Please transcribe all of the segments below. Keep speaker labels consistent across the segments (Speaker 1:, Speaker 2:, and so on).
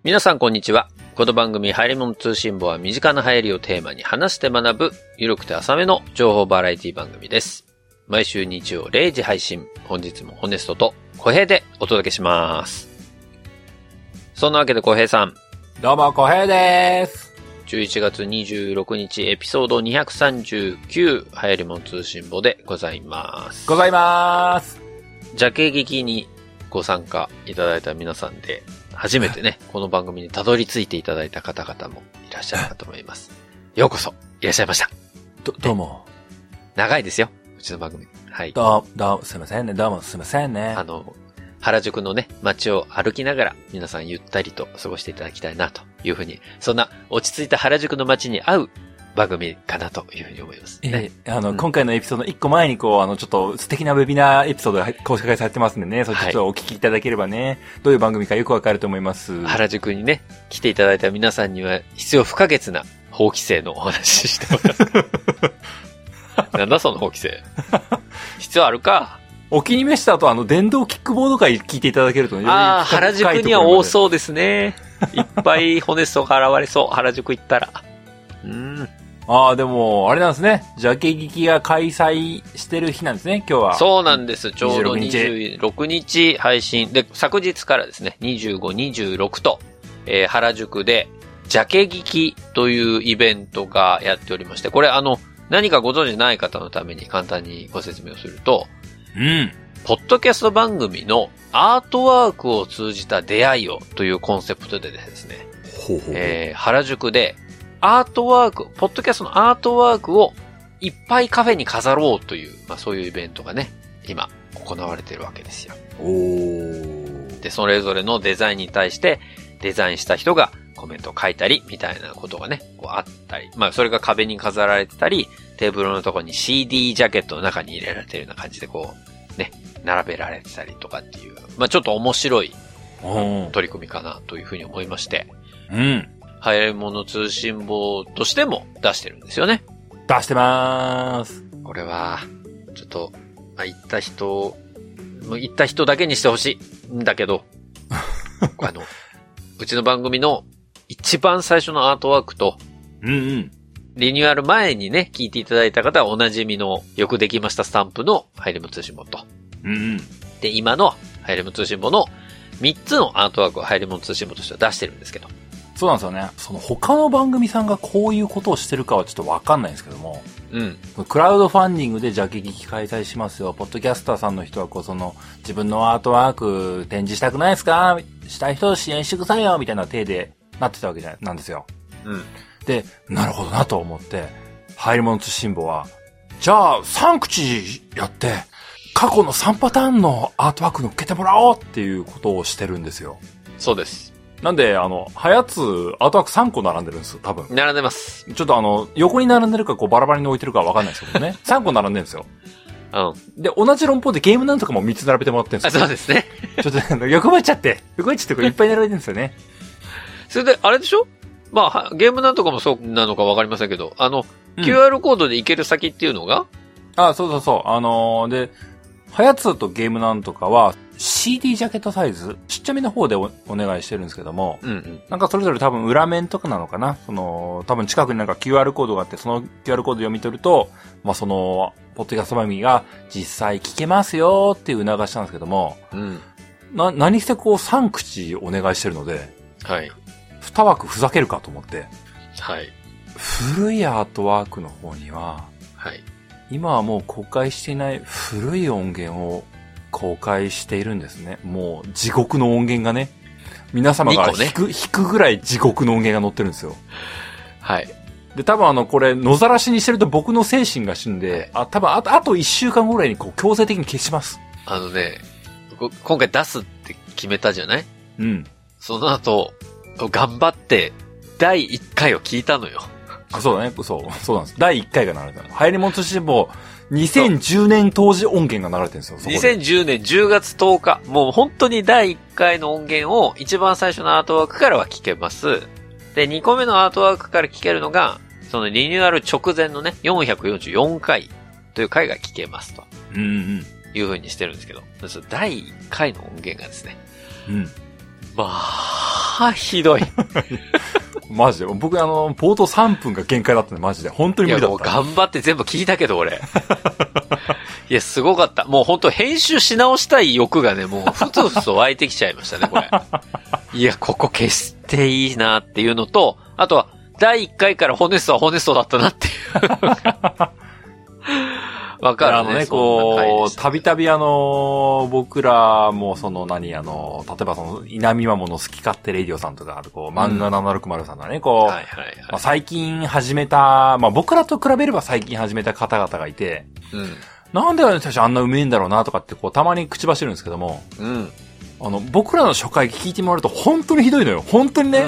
Speaker 1: 皆さんこんにちは。この番組、はやりもの通信簿は身近な流行りをテーマに話して学ぶ、ゆるくて浅めの情報バラエティ番組です。毎週日曜0時配信、本日もホネストと小平でお届けします。そんなわけで小平さん。
Speaker 2: どうも小平です。
Speaker 1: 11月26日エピソード239、はやりもの通信簿でございます。
Speaker 2: ジ
Speaker 1: ャケ聞きにご参加いただいた皆さんで、初めてね、この番組にたどり着いていただいた方々もいらっしゃるかと思います。ようこそ、いらっしゃいました。
Speaker 2: どうも。
Speaker 1: 長いですよ、うちの番組。はい。
Speaker 2: どうも、すいませんね。
Speaker 1: 原宿のね、街を歩きながら、皆さんゆったりと過ごしていただきたいなというふうに、そんな落ち着いた原宿の街に合う番組かなというふうに思います、ね。
Speaker 2: 今回のエピソード1個前にちょっと素敵なウェビナーエピソードが公開されてますんでね、それちょっとお聞きいただければね、どういう番組かよくわかると思います。
Speaker 1: 原宿にね、来ていただいた皆さんには必要不可欠な法規制のお話ししてます。なんだその法規制。必要あるか。
Speaker 2: お気に召した後、電動キックボード会聞いていただけるとね。
Speaker 1: 原宿には多そうですね。いっぱいホネストが現れそう。原宿行ったら。
Speaker 2: でも、あれなんですね。ジャケ聞きが開催してる日なんですね、今日は。
Speaker 1: そうなんです。ちょうど26日配信。で、昨日からですね、25、26と、原宿で、ジャケ聞きというイベントがやっておりまして、これ何かご存知ない方のために簡単にご説明をすると、ポッドキャスト番組のアートワークを通じた出会いをというコンセプトでですね、原宿でアートワーク、ポッドキャストのアートワークをいっぱいカフェに飾ろうという、そういうイベントがね、今行われているわけですよ。で、それぞれのデザインに対してデザインした人がコメントを書いたりみたいなことがね、あったり、それが壁に飾られてたり、テーブルのところに CD ジャケットの中に入れられてるような感じでね、並べられてたりとかっていう、ちょっと面白い取り組みかなというふうに思いまして。はやりもの通信簿としても出してるんですよね。
Speaker 2: 出してまーす。
Speaker 1: これは、ちょっと、行った人だけにしてほしいんだけど、うちの番組の一番最初のアートワークと、リニューアル前にね、聞いていただいた方はおなじみのよくできましたスタンプのはやりも通信簿と。で、今のはやりも通信簿の3つのアートワークをはやりも通信簿としては出してるんですけど。
Speaker 2: そうなんですよね。その他の番組さんがこういうことをしてるかはちょっとわかんないんですけども。クラウドファンディングでジャケ聞き開催しますよ。ポッドキャスターさんの人は自分のアートワーク展示したくないですか？したい人を支援してくださいよみたいな体でなってたわけなんですよ。で、なるほどなと思って、はやりもの通信簿は、じゃあ3口やって、過去の3パターンのアートワーク乗っけてもらおうっていうことをしてるんですよ。
Speaker 1: そうです。
Speaker 2: なんで、はやつ、アートワーク3個並んでるんですよ、多分。
Speaker 1: 並んでます。
Speaker 2: ちょっと横に並んでるかバラバラに置いてるかわかんないですけどね。3個並んでるんですよ。で、同じ論法でゲームなんとかも3つ並べてもらってるんですよ。
Speaker 1: そうですね。
Speaker 2: ちょっと欲張っちゃっていっぱい並べてるんですよね。
Speaker 1: それで、あれでしょ？ゲームなんとかもそうなのかわかりませんけど、QR コードで行ける先っていうのが？
Speaker 2: そう。で、はやつとゲームなんとかは、CD ジャケットサイズ、ちっちゃめの方でお願いしてるんですけども、なんかそれぞれ多分裏面とかなのかな、多分近くになんか QR コードがあって、その QR コード読み取ると、ポッドキャスト番組が実際聞けますよっていう促したんですけども、何せ3口お願いしてるので、2枠ふざけるかと思って、古いアートワークの方には、今はもう公開していない古い音源を公開しているんですね。もう地獄の音源がね、皆様が弾くぐらい地獄の音源が載ってるんですよ。で、多分これ野ざらしにしてると僕の精神が死んで、多分あと1週間ぐらいに強制的に消します。
Speaker 1: 今回出すって決めたじゃない？その後、頑張って第1回を聞いたのよ。
Speaker 2: そうだね。そうなんです。第1回が流れたの。はやりもの通信簿、2010年当時音源が流れてるんですよ。
Speaker 1: 2010年10月10日。もう本当に第1回の音源を一番最初のアートワークからは聞けます。で、2個目のアートワークから聞けるのが、そのリニューアル直前のね、444回という回が聞けますと。いう風にしてるんですけど、第1回の音源がですね。まあ、 ひどい。
Speaker 2: マジで。僕冒頭3分が限界だったね、マジで。本当に無理だった。
Speaker 1: いや、もう頑張って全部聞いたけど、俺。いや、すごかった。もう本当編集し直したい欲がね、もうふつふつと湧いてきちゃいましたね、これ。いや、ここ消していいなっていうのと、あとは、第1回からホネストはホネストだったなっていう。わかるね。
Speaker 2: こう、たびたび僕らも例えば稲見まもの好き勝手レイディオさんとか、漫画760さんとかね、最近始めた、僕らと比べれば最近始めた方々がいて、なんで私あんなうめえんだろうなとかってたまに口走るんですけども、僕らの初回聞いてもらうと本当にひどいのよ。本当にね。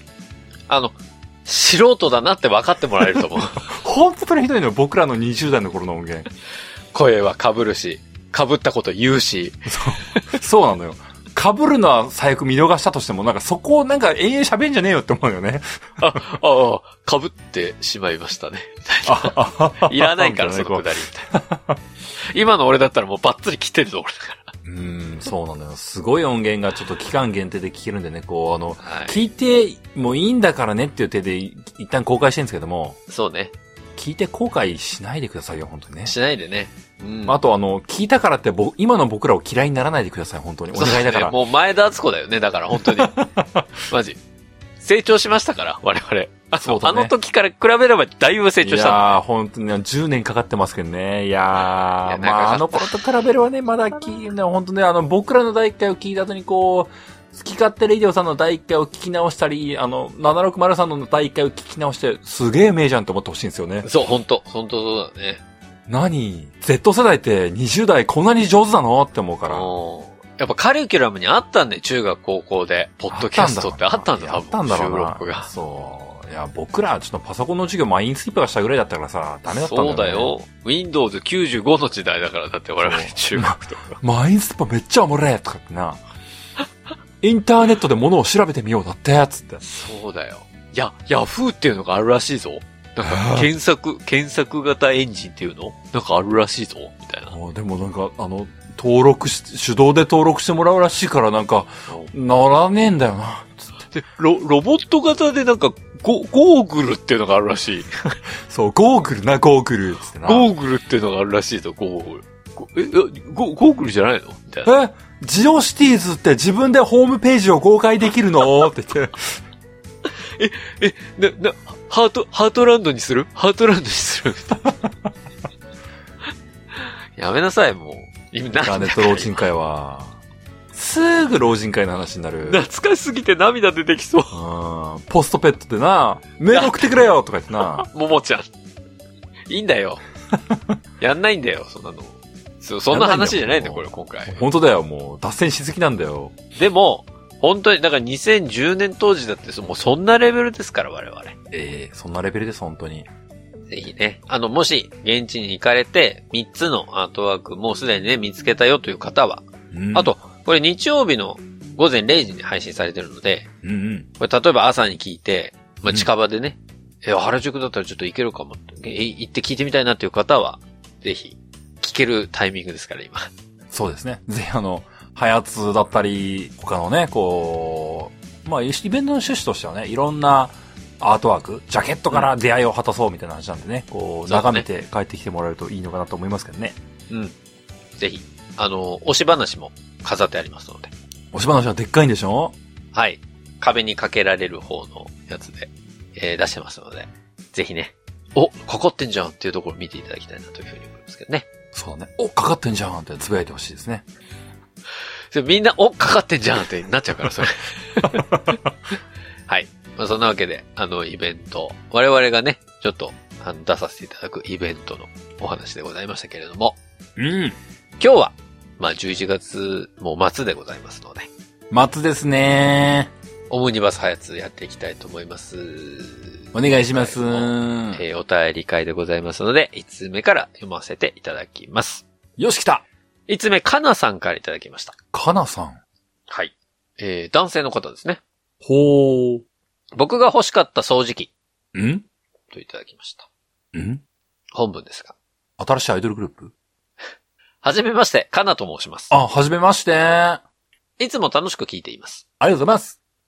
Speaker 1: 素人だなって分かってもらえると思う。
Speaker 2: 本当にひどいのよ、僕らの20代の頃の音源。
Speaker 1: 声は被るし、被ったこと言うし。
Speaker 2: そうなのよ。被るのは最悪見逃したとしても、そこを延々喋んじゃねえよって思うよね。
Speaker 1: 被ってしまいましたね。いらないから、そのくだりみたいな。今の俺だったらもうバッツリ来てるぞ、俺だから。
Speaker 2: そうなのよ。すごい音源がちょっと期間限定で聞けるんでね、聞いてもいいんだからねっていう手で一旦公開してるんですけども。
Speaker 1: そうね。
Speaker 2: 聞いて後悔しないでくださいよ、本当にね。
Speaker 1: しないでね。
Speaker 2: あと聞いたからって今の僕らを嫌いにならないでください、本当に。お願いだから。
Speaker 1: もう前田敦子だよね、だから本当に。マジ。成長しましたから、我々。そうだね。あの時から比べればだいぶ成長した。
Speaker 2: いやー、本当に10年かかってますけどね。いやー、あの頃と比べればね、まだ本当ね、僕らの第1回を聞いた後に好き勝手レイディオさんの第1回を聞き直したり、760さんの第1回を聞き直して、すげえ名じゃんって思ってほしいんですよね。
Speaker 1: そう、本当そうだね。
Speaker 2: 何 ?Z 世代って20代こんなに上手なのって思うから。
Speaker 1: やっぱカリキュラムにあったんで、中学高校で、ポッドキャストってあったんだ、多分。
Speaker 2: あったんだろうな。
Speaker 1: 収録が。
Speaker 2: そう。いや、僕らちょっとパソコンの授業マインスイーパーがしたぐらいだったからさ、ダメだったんだよね。
Speaker 1: そうだよ。Windows 95の時代だから、だって我々中学とか。
Speaker 2: マインスイーパーめっちゃおもれとかってな。インターネットで物を調べてみようだって、つって。
Speaker 1: そうだよ。ヤフーっていうのがあるらしいぞ。なんか、検索型エンジンっていうのなんかあるらしいぞ、みたいな。
Speaker 2: でも手動で登録してもらうらしいからならねえんだよな。つっ
Speaker 1: て。で、ロボット型でゴーグルっていうのがあるらしい。
Speaker 2: そう、ゴーグルつってな。
Speaker 1: ゴーグルっていうのがあるらしいぞ、ゴーグル。ゴーグルじゃないのみたいな。
Speaker 2: ジオシティーズって自分でホームページを公開できるのって言って。
Speaker 1: ハートランドにするやめなさい、もう。
Speaker 2: インターネット老人会は。すぐ老人会の話になる。
Speaker 1: 懐かしすぎて涙出てきそう。
Speaker 2: ポストペットでな、メール送ってくれよとか言ってな。
Speaker 1: ももちゃん。いいんだよ。やんないんだよ、そんなの。そんな話じゃないんだよ、これ、今回。
Speaker 2: 本当だよ、もう、脱線しすぎなんだよ。
Speaker 1: でも、本当に、だから2010年当時だって、もうそんなレベルですから、我々。
Speaker 2: そんなレベルです、本当に。
Speaker 1: ぜひね、もし、現地に行かれて、3つのアートワーク、もうすでにね、見つけたよという方は、あと、これ日曜日の午前0時に配信されてるので、これ例えば朝に聞いて、近場でね、原宿だったらちょっと行けるかもって、行って聞いてみたいなっていう方は、ぜひ、聞けるタイミングですから、今。
Speaker 2: そうですね。ぜひハヤツだったり、他のね、イベントの趣旨としてはね、いろんなアートワーク、ジャケットから出会いを果たそうみたいな話なんでね、眺めて帰ってきてもらえるといいのかなと思いますけどね。
Speaker 1: ぜひ、押し話も飾ってありますので。
Speaker 2: 押し話はでっかいんでしょ？
Speaker 1: はい。壁にかけられる方のやつで、出してますので、ぜひね、かかってんじゃんっていうところを見ていただきたいなというふうに思いますけどね。
Speaker 2: そうだね。かかってんじゃんってつぶやいてほしいですね。
Speaker 1: みんな、かかってんじゃんってなっちゃうから、それ。はい。そんなわけで、イベント、我々がね、ちょっと、出させていただくイベントのお話でございましたけれども。今日は、11月も末でございますので。
Speaker 2: 末ですね。
Speaker 1: オムニバスハヤツやっていきたいと思います。
Speaker 2: お願いします。
Speaker 1: お便り会でございますので、5つ目から読ませていただきます。
Speaker 2: よし、来た。
Speaker 1: 5つ目、かなさんからいただきました。
Speaker 2: かなさん。
Speaker 1: はい。男性の方ですね。
Speaker 2: ほー。
Speaker 1: 僕が欲しかった掃除機。といただきました。本文ですが。
Speaker 2: 新しいアイドルグループ？
Speaker 1: はじめまして、かなと申します。
Speaker 2: はじめまして。
Speaker 1: いつも楽しく聞いています。
Speaker 2: ありがとうございます。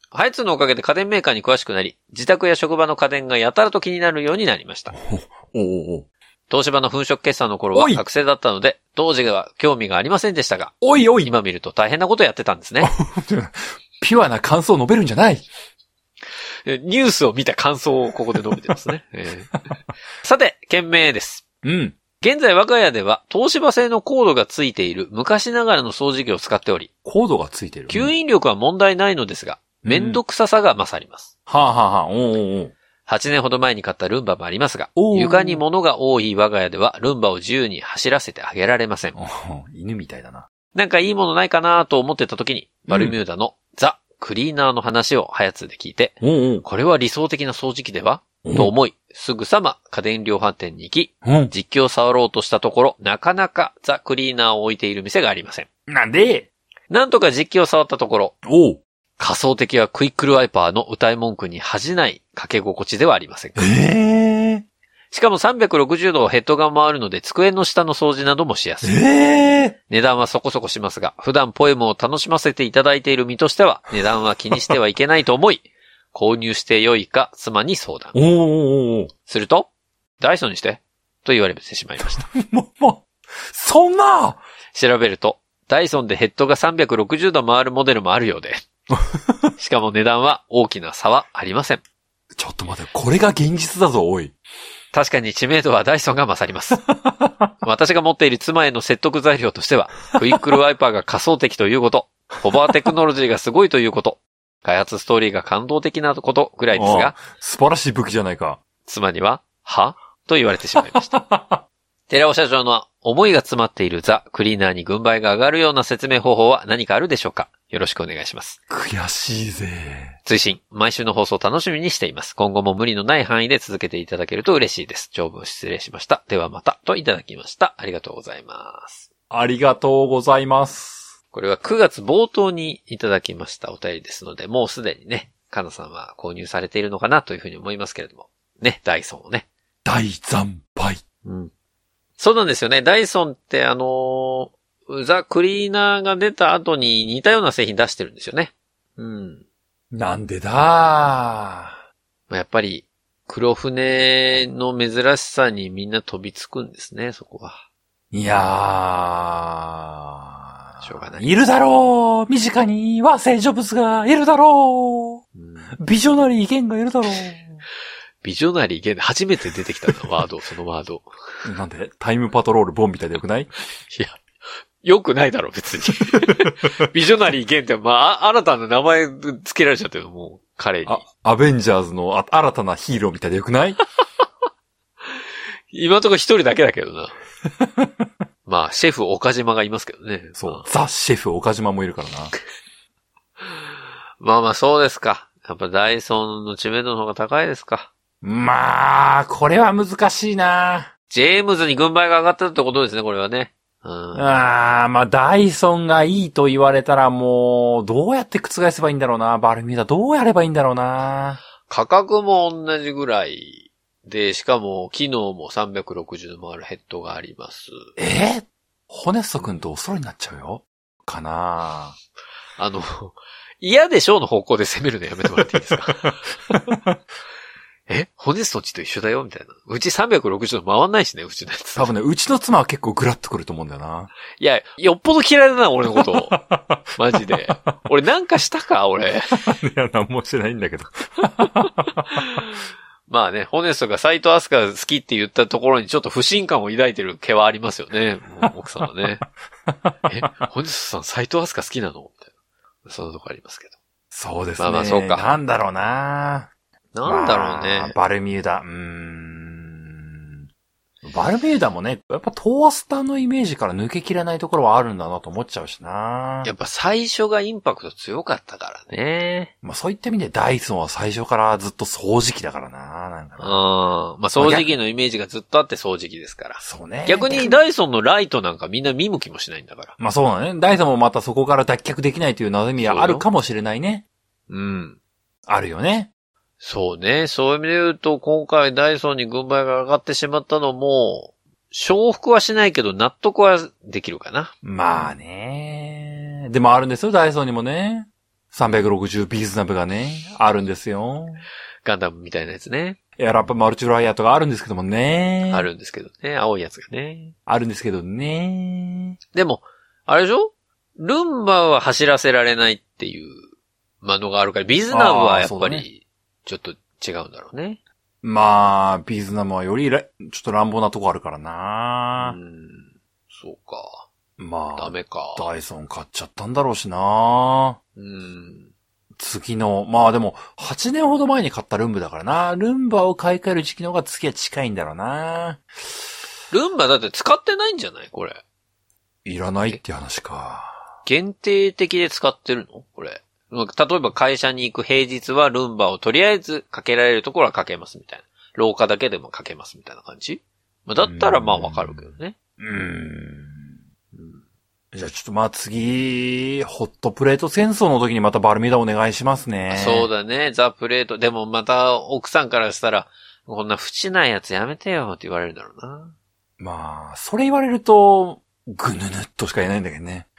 Speaker 1: ハヤツのおかげで家電メーカーに詳しくなり、自宅や職場の家電がやたらと気になるようになりました。
Speaker 2: お。
Speaker 1: 東芝の粉飾決算の頃は学生だったので、当時は興味がありませんでしたが、今見ると大変なことやってたんですね。
Speaker 2: ピュアな感想を述べるんじゃない。
Speaker 1: ニュースを見た感想をここで述べてますね。さて、件名です。現在我が家では東芝製のコードがついている昔ながらの掃除機を使っており、
Speaker 2: コードがついてる、
Speaker 1: 吸引力は問題ないのですが、めんどくささが勝ります。8年ほど前に買ったルンバもありますが、床に物が多い我が家ではルンバを自由に走らせてあげられません。
Speaker 2: 犬みたいだな。
Speaker 1: なんかいいものないかなと思ってた時に、バルミューダのザ・クリーナーの話をハヤツで聞いて、これは理想的な掃除機ではと思い、すぐさま家電量販店に行き、実況を触ろうとしたところ、なかなかザ・クリーナーを置いている店がありません。
Speaker 2: なんで？
Speaker 1: なんとか実況を触ったところ、仮想的はクイックルワイパーの歌い文句に恥じない掛け心地ではありませんか。しかも360度ヘッドが回るので机の下の掃除などもしやすい。値段はそこそこしますが、普段ポエムを楽しませていただいている身としては、値段は気にしてはいけないと思い、購入してよいか妻に相談。すると、ダイソンにしてと言われてしまいました。
Speaker 2: そんな
Speaker 1: 調べると、ダイソンでヘッドが360度回るモデルもあるようで、しかも値段は大きな差はありません。
Speaker 2: ちょっと待って、これが現実だぞ、おい。
Speaker 1: 確かに知名度はダイソンが勝ります。私が持っている妻への説得材料としては、クイックルワイパーが仮想的ということ、ホバーテクノロジーがすごいということ、開発ストーリーが感動的なことぐらいですが、
Speaker 2: 素晴らしい武器じゃないか。
Speaker 1: 妻には、と言われてしまいました。寺尾社長の思いが詰まっているザ・クリーナーに軍配が上がるような説明方法は何かあるでしょうか？よろしくお願いします。
Speaker 2: 悔しいぜ。
Speaker 1: 追伸、毎週の放送楽しみにしています。今後も無理のない範囲で続けていただけると嬉しいです。長文失礼しました。ではまた、といただきました。ありがとうございます。
Speaker 2: ありがとうございます。
Speaker 1: これは9月冒頭にいただきましたお便りですので、もうすでにね、カナさんは購入されているのかなというふうに思いますけれども。ね、ダイソンをね。
Speaker 2: 大惨敗。
Speaker 1: そうなんですよね。ダイソンってザ・クリーナーが出た後に似たような製品出してるんですよね。
Speaker 2: なんでだ
Speaker 1: やっぱり黒船の珍しさにみんな飛びつくんですね、そこは。
Speaker 2: いやー。
Speaker 1: しょうがない。
Speaker 2: いるだろう。身近には成長物がいるだろう。ビジョナリー剣がいるだろう。
Speaker 1: ビジョナリー剣初めて出てきたな、ワード、そのワード。
Speaker 2: なんでタイムパトロールボンみたいでよくない？い
Speaker 1: や、よくないだろ、別に。ビジョナリー剣って、新たな名前付けられちゃってるもう、彼に。
Speaker 2: アベンジャーズの新たなヒーローみたいでよくない？
Speaker 1: 今のところ一人だけだけどな。シェフ岡島がいますけどね。
Speaker 2: そう。ザ・シェフ岡島もいるから
Speaker 1: な。そうですか。やっぱダイソンの知名度の方が高いですか。
Speaker 2: これは難しいな。
Speaker 1: ジェームズに軍配が上がったってことですね、これはね。
Speaker 2: ダイソンがいいと言われたらもう、どうやって覆せばいいんだろうな。バルミューダどうやればいいんだろうな。
Speaker 1: 価格も同じぐらいで、しかも機能も360度回るヘッドがあります。
Speaker 2: ホネスト君とお揃いになっちゃうよ。かな。
Speaker 1: 嫌でしょうの方向で攻めるのやめてもらっていいですか？ホネストんちと一緒だよみたいな。うち360度回んないしね、うちのやつ。
Speaker 2: 多分ね、うちの妻は結構グラッとくると思うんだよな。
Speaker 1: いや、よっぽど嫌いだな、俺のこと。マジで。俺なんかしたか、俺。い
Speaker 2: や、なんもしてないんだけど。
Speaker 1: ホネストが斎藤飛鳥好きって言ったところにちょっと不信感を抱いてる毛はありますよね。もう奥さんはね。ホネストさん斎藤飛鳥好きなのみたいな。そんなとこありますけど。
Speaker 2: そうですね。
Speaker 1: そうか。
Speaker 2: なんだろうな。
Speaker 1: なんだろうね。
Speaker 2: バルミューダ。バルミューダもね、やっぱトースターのイメージから抜けきれないところはあるんだなと思っちゃうしな。
Speaker 1: やっぱ最初がインパクト強かったからね。
Speaker 2: そういった意味でダイソンは最初からずっと掃除機だからな。なんか
Speaker 1: 掃除機のイメージがずっとあって掃除機ですから。
Speaker 2: そうね。
Speaker 1: 逆にダイソンのライトなんかみんな見向きもしないんだから。
Speaker 2: そうだね。ダイソンもまたそこから脱却できないという望みはあるかもしれないね。あるよね。
Speaker 1: そうね。そういう意味で言うと、今回ダイソンに軍配が上がってしまったのも、承服はしないけど納得はできるかな。
Speaker 2: でもあるんですよ、ダイソンにもね。 360ビーズナブがね、あるんですよ。
Speaker 1: ガンダムみたいなやつね。
Speaker 2: エアラップマルチフライヤーとかあるんですけどもね。
Speaker 1: あるんですけどね。青いやつがね。
Speaker 2: あるんですけどね。
Speaker 1: でも、あれでしょ？ルンバは走らせられないっていうのがあるから、ビーズナブはやっぱり、ちょっと違うんだろうね。
Speaker 2: まあ、ビーズナムはよりちょっと乱暴なとこあるからな。
Speaker 1: そうか。
Speaker 2: まあ、
Speaker 1: ダメか。
Speaker 2: ダイソン買っちゃったんだろうしな。次の、まあでも、8年ほど前に買ったルンバだからな。ルンバを買い替える時期の方が次は近いんだろうな。
Speaker 1: ルンバだって使ってないんじゃないこれ。
Speaker 2: いらないって話か。
Speaker 1: 限定的で使ってるのこれ。例えば会社に行く平日はルンバをとりあえずかけられるところはかけますみたいな。廊下だけでもかけますみたいな感じ？だったらまあわかるけどね。
Speaker 2: じゃあちょっとまあ次、ホットプレート戦争の時にまたバルミューダお願いしますね。
Speaker 1: そうだね、ザ・プレート。でもまた奥さんからしたら、こんな縁ないやつやめてよって言われるだろうな。
Speaker 2: まあ、それ言われると、ぐぬぬっとしか言えないんだけどね。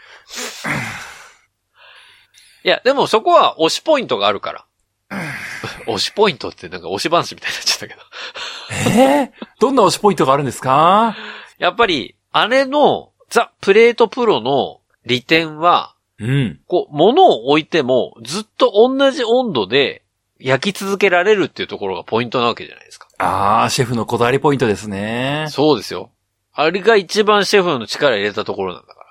Speaker 1: いや、でもそこは推しポイントがあるから。推しポイントってなんか推し話みたいになっちゃったけど。
Speaker 2: どんな推しポイントがあるんですか？
Speaker 1: やっぱり、あれのザ・プレートプロの利点は、こう、物を置いてもずっと同じ温度で焼き続けられるっていうところがポイントなわけじゃないですか。
Speaker 2: ああ、シェフのこだわりポイントですね。
Speaker 1: そうですよ。あれが一番シェフの力入れたところなんだから。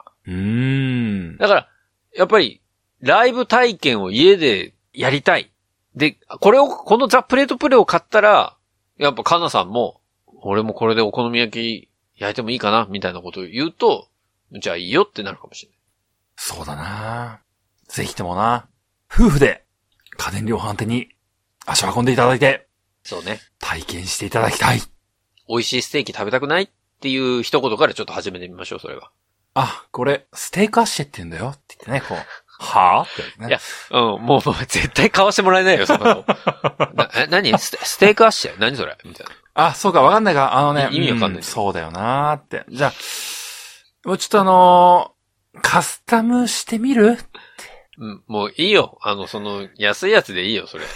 Speaker 1: だから、やっぱり、ライブ体験を家でやりたい。で、このザ・プレートプレを買ったら、やっぱカナさんも、俺もこれでお好み焼き焼いてもいいかなみたいなことを言うと、じゃあいいよってなるかもしれない。
Speaker 2: そうだな。ぜひともな、夫婦で家電量販店に足を運んでいただいて、
Speaker 1: そうね。
Speaker 2: 体験していただきたい。
Speaker 1: 美味しいステーキ食べたくないっていう一言からちょっと始めてみましょう、それは。
Speaker 2: あ、これ、ステークアッシェって言うんだよって言ってね、こう。はぁってね。
Speaker 1: いや、もう絶対買わしてもらえないよ、そんなの。何ステークアッシェ何それみたいな。
Speaker 2: あ、そうか、わかんないが、
Speaker 1: 意味わかんない、
Speaker 2: そうだよなーって。じゃあ、もうちょっとカスタムしてみるって。
Speaker 1: もういいよ。安いやつでいいよ、それ。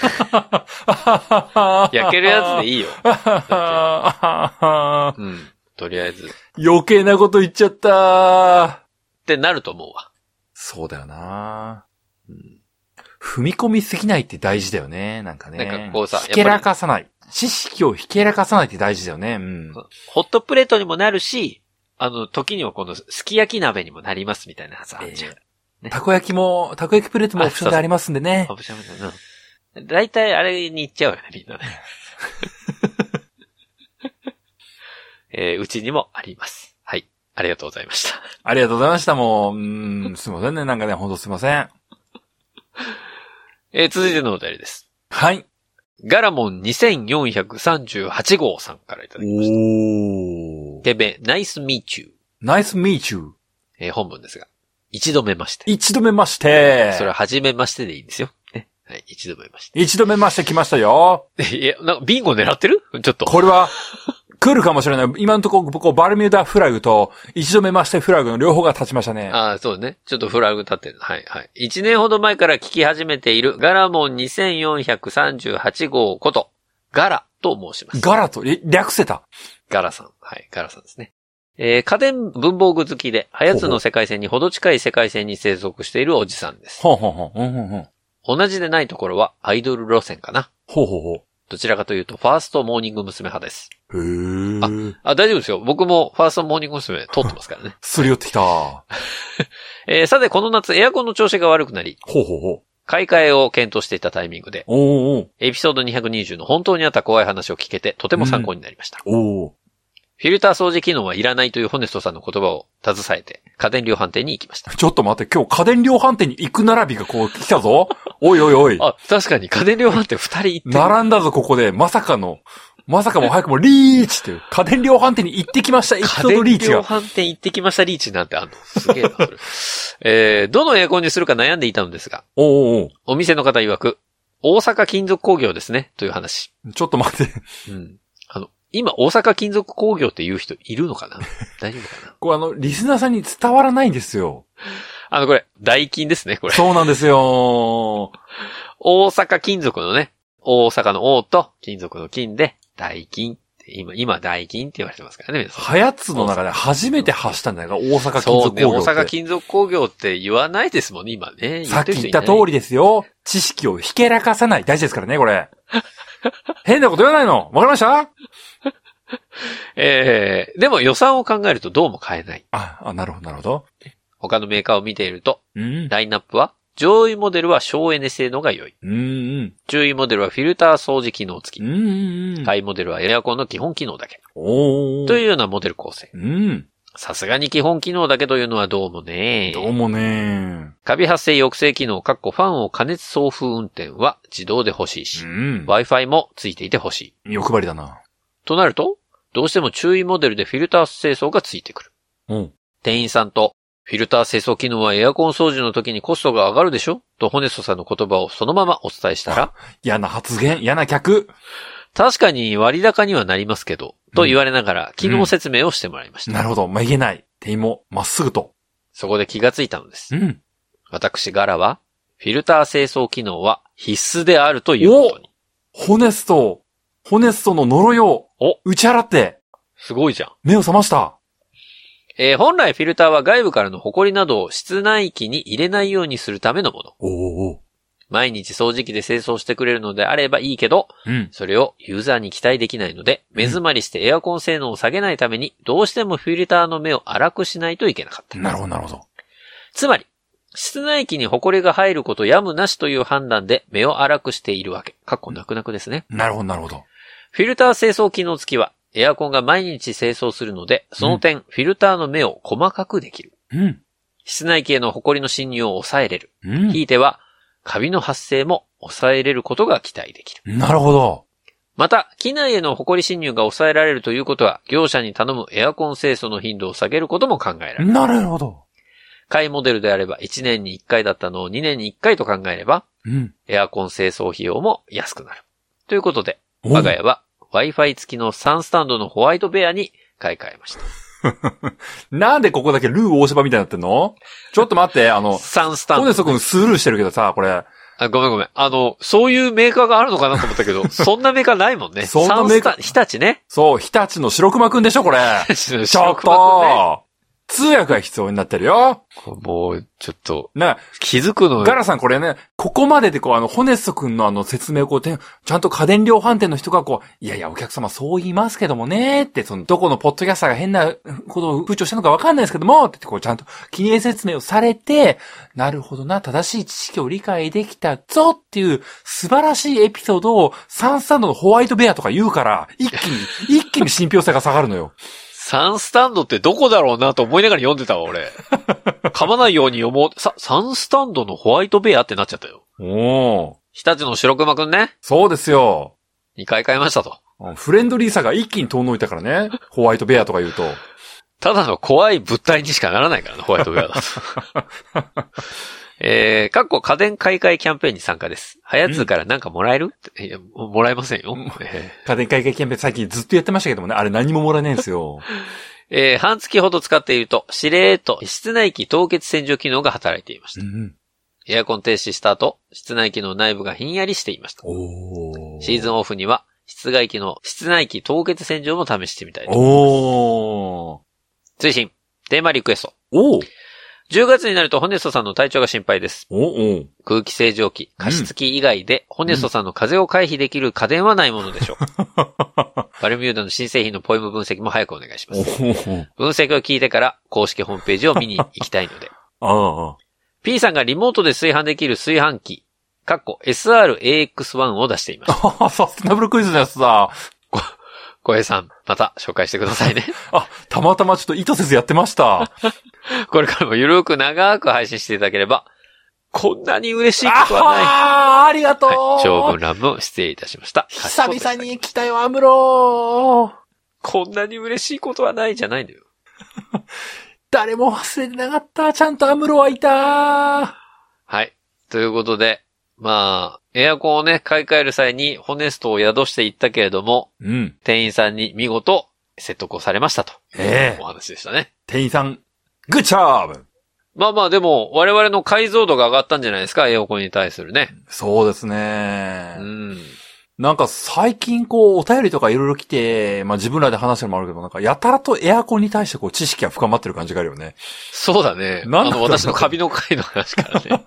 Speaker 1: 焼けるやつでいいよ。とりあえず。
Speaker 2: 余計なこと言っちゃったー。
Speaker 1: ってなると思うわ。
Speaker 2: そうだよな、踏み込みすぎないって大事だよね。なんかね。
Speaker 1: なんかこうさ、
Speaker 2: ひけらかさない。知識をひけらかさないって大事だよね。
Speaker 1: ホットプレートにもなるし、時にはこのすき焼き鍋にもなりますみたいなさ、
Speaker 2: たこ焼きプレートもオプションでありますんでね。
Speaker 1: オプションだな。だいたいあれに行っちゃうよね、みんなね。うちにもあります。はい。ありがとうございました。
Speaker 2: ありがとうございました。もう、すいませんね。なんかね、ほんとすいません。
Speaker 1: 続いてのお便りです。
Speaker 2: はい。
Speaker 1: ガラモン2438号さんからいただきました。てべ、ナイスミーチュー。
Speaker 2: ナイスミーチュ
Speaker 1: ー。本文ですが。一度目まして。
Speaker 2: 一度目まして。
Speaker 1: それは初めましてでいいんですよ。ね。はい、一度目まして。
Speaker 2: 一度目まして来ましたよ。
Speaker 1: いや、なんかビンゴ狙ってる？ちょっと。
Speaker 2: これは、来るかもしれない。今のところ、バルミューダフラグと、一度目ましてフラグの両方が立ちましたね。
Speaker 1: ああ、そうね。ちょっとフラグ立ってる。はい、はい。1年ほど前から聞き始めているガラモン2438号こと、ガラと申します。
Speaker 2: ガラと、略せた。
Speaker 1: ガラさん。はい、ガラさんですね。家電文房具好きで、はやつの世界線にほど近い世界線に生息しているおじさんです。同じでないところはアイドル路線かな。どちらかというと、ファーストモーニング娘。派です。大丈夫ですよ。僕もファーストモーニング娘。通ってますからね。
Speaker 2: すり寄ってきた。
Speaker 1: さて、この夏エアコンの調子が悪くなり、買い替えを検討していたタイミングで、エピソード220の本当にあった怖い話を聞けて、とても参考になりました。フィルター掃除機能はいらないというホネストさんの言葉を携えて、家電量販店に行きました。
Speaker 2: ちょっと待って、今日家電量販店に行く並びがこう来たぞ。おいおいおい。
Speaker 1: あ、確かに家電量販店2人行って
Speaker 2: 並んだぞ、ここで。まさかも早くもリーチっていう。家電量販店に行ってきました、エピソードリーチが。
Speaker 1: 家電量販店行ってきましたリーチなんてあんの。すげえな、それ。どのエアコンにするか悩んでいたのですが。お店の方曰く、大阪金属工業ですね、という話。
Speaker 2: ちょっと待って。
Speaker 1: 今、大阪金属工業って言う人いるのかな大丈夫かな
Speaker 2: これリスナーさんに伝わらないんですよ。
Speaker 1: これ、ダイキンですね、これ。
Speaker 2: そうなんですよ。
Speaker 1: 大阪金属のね、大阪の王と金属の金で、ダイキンって、今ダイキンって言われてますからね、皆さん。
Speaker 2: はやつの中で初めて発したんじゃないか、大阪金属工業って。
Speaker 1: そうね、大阪金属工業って言わないですもんね、今ね。
Speaker 2: さっき言った通りですよ。知識をひけらかさない。大事ですからね、これ。変なこと言わないの。わかりました？
Speaker 1: でも予算を考えるとどうも買えない。
Speaker 2: なるほど、なるほど。
Speaker 1: 他のメーカーを見ていると、ラインナップは、上位モデルは省エネ性能が良い。中位モデルはフィルター掃除機能付き。下位モデルはエアコンの基本機能だけ。というようなモデル構成。さすがに基本機能だけというのはどうもね。カビ発生抑制機能、ファンを加熱送風運転は自動で欲しいし、Wi-Fi もついていて欲しい。
Speaker 2: 欲張りだな。
Speaker 1: となると、どうしても中位モデルでフィルター清掃がついてくる。店員さんと、フィルター清掃機能はエアコン掃除の時にコストが上がるでしょとホネストさんの言葉をそのままお伝えしたら、
Speaker 2: 嫌な発言、嫌な客。
Speaker 1: 確かに割高にはなりますけど、と言われながら機能説明をしてもらいました。
Speaker 2: なるほど。めげない。店員もまっすぐと。
Speaker 1: そこで気がついたのです。私、ガラは、フィルター清掃機能は必須であるということに。
Speaker 2: ホネストの呪いを打ち払って。
Speaker 1: すごいじゃん。
Speaker 2: 目を覚ました。
Speaker 1: 本来フィルターは外部からのホコリなどを室内機に入れないようにするためのもの。毎日掃除機で清掃してくれるのであればいいけど、それをユーザーに期待できないので、目詰まりしてエアコン性能を下げないために、どうしてもフィルターの目を荒くしないといけなかった。
Speaker 2: なるほど、なるほど。
Speaker 1: つまり、室内機にホコリが入ることやむなしという判断で目を荒くしているわけ。なくなくですね。
Speaker 2: なるほど、なるほど。
Speaker 1: フィルター清掃機能付きは、エアコンが毎日清掃するので、その点、フィルターの目を細かくできる。室内機へのホコリの侵入を抑えれる。ひいては、カビの発生も抑えれることが期待できる。
Speaker 2: なるほど。
Speaker 1: また、機内へのホコリ侵入が抑えられるということは、業者に頼むエアコン清掃の頻度を下げることも考えられる。
Speaker 2: なるほど。
Speaker 1: 下位モデルであれば1年に1回だったのを2年に1回と考えれば、エアコン清掃費用も安くなる。ということで、我が家は Wi-Fi 付きの3スタンドのホワイトベアに買い替えました。
Speaker 2: なんでここだけルー大芝みたいになってんの？ちょっと待って、
Speaker 1: 3スタンド。
Speaker 2: ホネスト君スルーしてるけどさ、これ。
Speaker 1: ごめん。そういうメーカーがあるのかなと思ったけど、そんなメーカーないもんね。
Speaker 2: そんなメーカー。
Speaker 1: 日立ね。
Speaker 2: そう、日立の白熊くんでしょ、これ。ちょっと。通訳が必要になってるよ。
Speaker 1: もう、ちょっと。気づくの
Speaker 2: ガラさんこれね、ここまででホネスト君の説明をちゃんと家電量販店の人がいやいやお客様そう言いますけどもねって、どこのポッドキャスターが変なことを風潮したのかわかんないですけども、ってちゃんと記念説明をされて、なるほどな、正しい知識を理解できたぞっていう素晴らしいエピソードを3スタンドのホワイトベアとか言うから、一気に信憑性が下がるのよ。
Speaker 1: 3スタンドってどこだろうなと思いながら読んでたわ、俺。噛まないように読もう。3スタンドのホワイトベアってなっちゃったよ。日立の白熊くんね。
Speaker 2: そうですよ。
Speaker 1: 2回買いましたと。
Speaker 2: フレンドリーさが一気に遠のいたからね。ホワイトベアとか言うと。
Speaker 1: ただの怖い物体にしかならないからね、ホワイトベアだと。家電買い替えキャンペーンに参加です。はやつからなんかもらえる？いや、もらえませんよ。
Speaker 2: 家電買い替えキャンペーン最近ずっとやってましたけどもね、あれ何ももらえないんですよ。
Speaker 1: 半月ほど使っていると、しれーっと室内機凍結洗浄機能が働いていました。エアコン停止した後、室内機の内部がひんやりしていました。シーズンオフには、室外機の室内機凍結洗浄も試してみたいと思います。追伸、テーマリクエスト。10月になるとホネストさんの体調が心配です。空気清浄機、加湿器以外で、ホネストさんの風邪を回避できる家電はないものでしょう。バルミューダの新製品のポエム分析も早くお願いします。分析を聞いてから公式ホームページを見に行きたいので。P さんがリモートで炊飯できる炊飯器、SRAX1 を出していました。
Speaker 2: サステナブルクイズのやつだ。
Speaker 1: 小平さん、また紹介してくださいね。
Speaker 2: たまたまちょっと意図せずやってました。
Speaker 1: これからもゆるく長く配信していただければ、こんなに嬉しいことはない。
Speaker 2: ありがとう、
Speaker 1: 長文乱文失礼いたしました。
Speaker 2: 久々に来たよ、アムロ
Speaker 1: こんなに嬉しいことはないじゃないのよ。
Speaker 2: 誰も忘れてなかった。ちゃんとアムロはいた。
Speaker 1: はい。ということで、エアコンをね、買い替える際にホネストを宿していったけれども、店員さんに見事説得をされましたと。お話でしたね。
Speaker 2: 店員さん、グッジョブ
Speaker 1: まあまあでも、我々の解像度が上がったんじゃないですか、エアコンに対するね。
Speaker 2: そうですね。
Speaker 1: うん。
Speaker 2: なんか最近お便りとかいろいろ来て、まあ自分らで話してるのもあるけど、なんかやたらとエアコンに対して知識が深まってる感じがあるよね。
Speaker 1: そうだね。私のカビの回の話からね。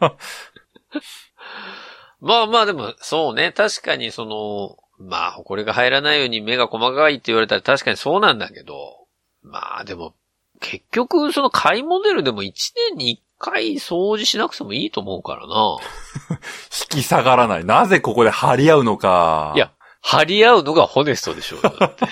Speaker 1: まあまあでも、そうね。確かにまあ、埃が入らないように目が細かいって言われたら確かにそうなんだけど、まあでも、結局買いモデルでも1年に1回掃除しなくてもいいと思うからな。
Speaker 2: 引き下がらない。なぜここで張り合うのか。
Speaker 1: いや、張り合うのがホネストでしょうよ。だって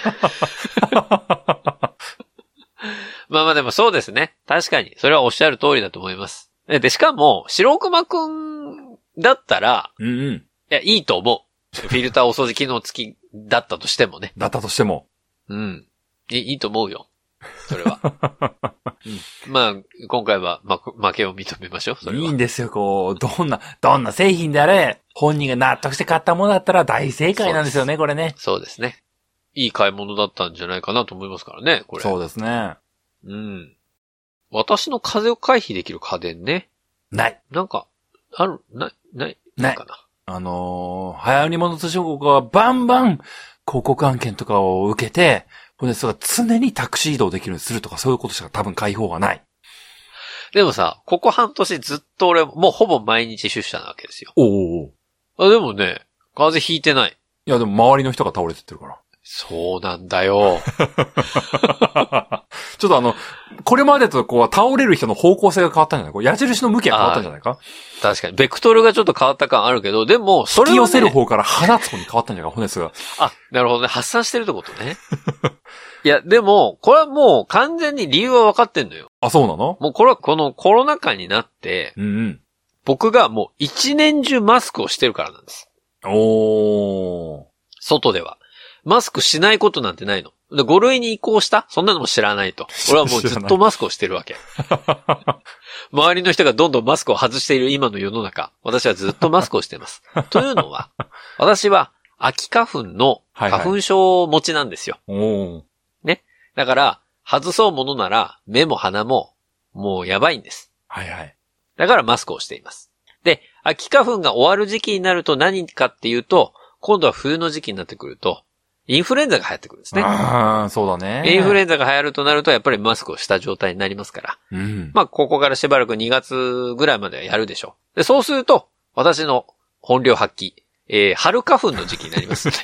Speaker 1: まあまあでもそうですね。確かに。それはおっしゃる通りだと思います。で、しかも、白熊くんだったら、
Speaker 2: うんうん。
Speaker 1: いや、いいと思う。フィルターお掃除機能付きだったとしてもね。
Speaker 2: だったとしても。
Speaker 1: うん。いいと思うよ。それは。うん、まあ、今回は、負けを認めましょう。それは。
Speaker 2: いいんですよ、どんな製品であれ、本人が納得して買ったものだったら大正解なんですよね、これね。
Speaker 1: そうですね。いい買い物だったんじゃないかなと思いますからね、これ。
Speaker 2: そうですね。
Speaker 1: うん。私の風邪を回避できる家電ね。
Speaker 2: ない。
Speaker 1: なんか、ないかな。
Speaker 2: 流行り物通信国はバンバン広告案件とかを受けて、それが常にタクシー移動できるようにするとかそういうことしか多分解放がない。
Speaker 1: でもさ、ここ半年ずっと俺もうほぼ毎日出社なわけですよ。
Speaker 2: おお。
Speaker 1: でもね、風邪ひいてない。
Speaker 2: いやでも周りの人が倒れてってるから。
Speaker 1: そうなんだよ。
Speaker 2: ちょっとこれまでと倒れる人の方向性が変わったんじゃない？矢印の向きが変わったんじゃないか？
Speaker 1: 確かに。ベクトルがちょっと変わった感あるけど、でも、それは、ね、
Speaker 2: 引き寄せる方から放つ方に変わったんじゃないか、骨数が。
Speaker 1: あ、なるほどね。発散してるってことね。いや、でも、これはもう完全に理由は分かってんのよ。
Speaker 2: あ、そうなの？
Speaker 1: もうこれはこのコロナ禍になって、
Speaker 2: うんうん、
Speaker 1: 僕がもう一年中マスクをしてるからなんです。
Speaker 2: おー。
Speaker 1: 外では。マスクしないことなんてないの。で、5類に移行したそんなのも知らないと。俺はもうずっとマスクをしてるわけ。周りの人がどんどんマスクを外している今の世の中、私はずっとマスクをしています。というのは、私は秋花粉の花粉症持ちなんですよ。
Speaker 2: はいはい、
Speaker 1: ね。だから、外そうものなら、目も鼻も、もうやばいんです。
Speaker 2: はいはい。
Speaker 1: だからマスクをしています。で、秋花粉が終わる時期になると何かっていうと、今度は冬の時期になってくると、インフルエンザが流行ってくるんですね。
Speaker 2: ああ、そうだね。
Speaker 1: インフルエンザが流行るとなると、やっぱりマスクをした状態になりますから。
Speaker 2: うん、
Speaker 1: まあ、ここからしばらく2月ぐらいまではやるでしょう。で、そうすると、私の本領発揮、春花粉の時期になりますの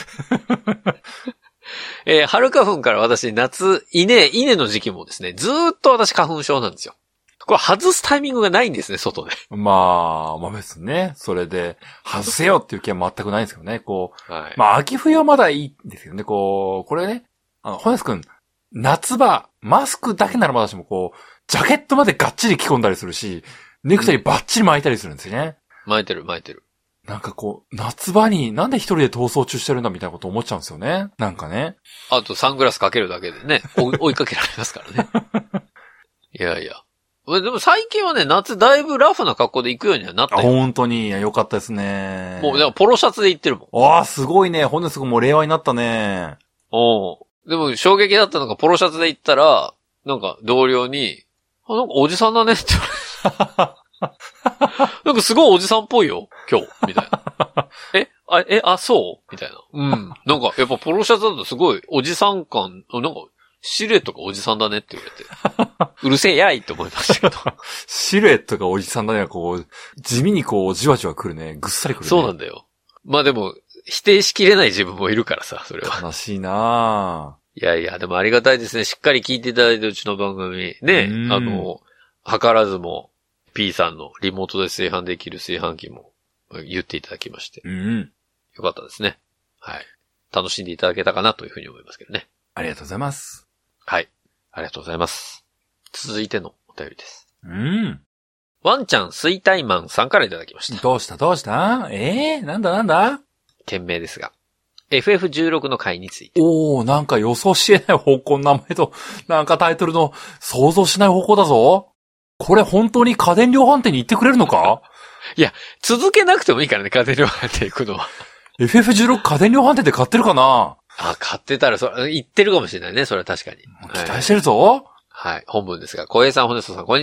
Speaker 1: で。春花粉から私、夏、稲の時期もですね、ずーっと私花粉症なんですよ。これ外すタイミングがないんですね、外で。
Speaker 2: まあ別にね、それで、外せよっていう気は全くないんですけどね、
Speaker 1: はい、
Speaker 2: まあ秋冬はまだいいんですよね、これね、ホネス君、夏場、マスクだけならまだしもジャケットまでがっちり着込んだりするし、ネクタイバッチリ巻いたりするんですよね。
Speaker 1: 巻いてる。
Speaker 2: なんか夏場になんで一人で逃走中してるんだみたいなこと思っちゃうんですよね。なんかね。
Speaker 1: あとサングラスかけるだけでね、追いかけられますからね。いやいや。でも最近はね、夏だいぶラフな格好で行くようにはなったよ。
Speaker 2: 本当に、良かったですね。
Speaker 1: もう、でもポロシャツで行ってるもん。
Speaker 2: ああ、すごいね。ほんですぐもう令和になったね。
Speaker 1: でも衝撃だったのがポロシャツで行ったら、なんか同僚に、なんかおじさんだねって言われて。なんかすごいおじさんっぽいよ、今日、みたいな。そうみたいな。うん。なんかやっぱポロシャツだとすごいおじさん感、なんか、シルエットがおじさんだねって言われて。うるせえやいって思いましたけど。
Speaker 2: シルエットがおじさんだね。地味にじわじわ来るね。ぐっさり来るね。
Speaker 1: そうなんだよ。まあでも、否定しきれない自分もいるからさ、それは。
Speaker 2: 悲しいなぁ。
Speaker 1: いやいや、でもありがたいですね。しっかり聞いていただいてうちの番組。ね。図らずも、P さんのリモートで炊飯できる炊飯器も言っていただきまして。よかったですね。はい。楽しんでいただけたかなというふうに思いますけどね。
Speaker 2: ありがとうございます。
Speaker 1: はい。ありがとうございます。続いてのお便りです。
Speaker 2: ワ
Speaker 1: ンちゃん水体マンさんからいただきました。
Speaker 2: どうしたなんだ
Speaker 1: 件名ですが。FF16 の回について。
Speaker 2: なんか予想し得ない方向の名前と、なんかタイトルの想像しない方向だぞ。これ本当に家電量販店に行ってくれるのか？
Speaker 1: いや、続けなくてもいいからね、家電量販店行くのは。
Speaker 2: FF16 家電量販店で買ってるかな？
Speaker 1: 買ってたら、言ってるかもしれないね。それは確かに。
Speaker 2: 期待してるぞ。
Speaker 1: はい。本文ですが、小平さん、ホネストさん、こんにちは。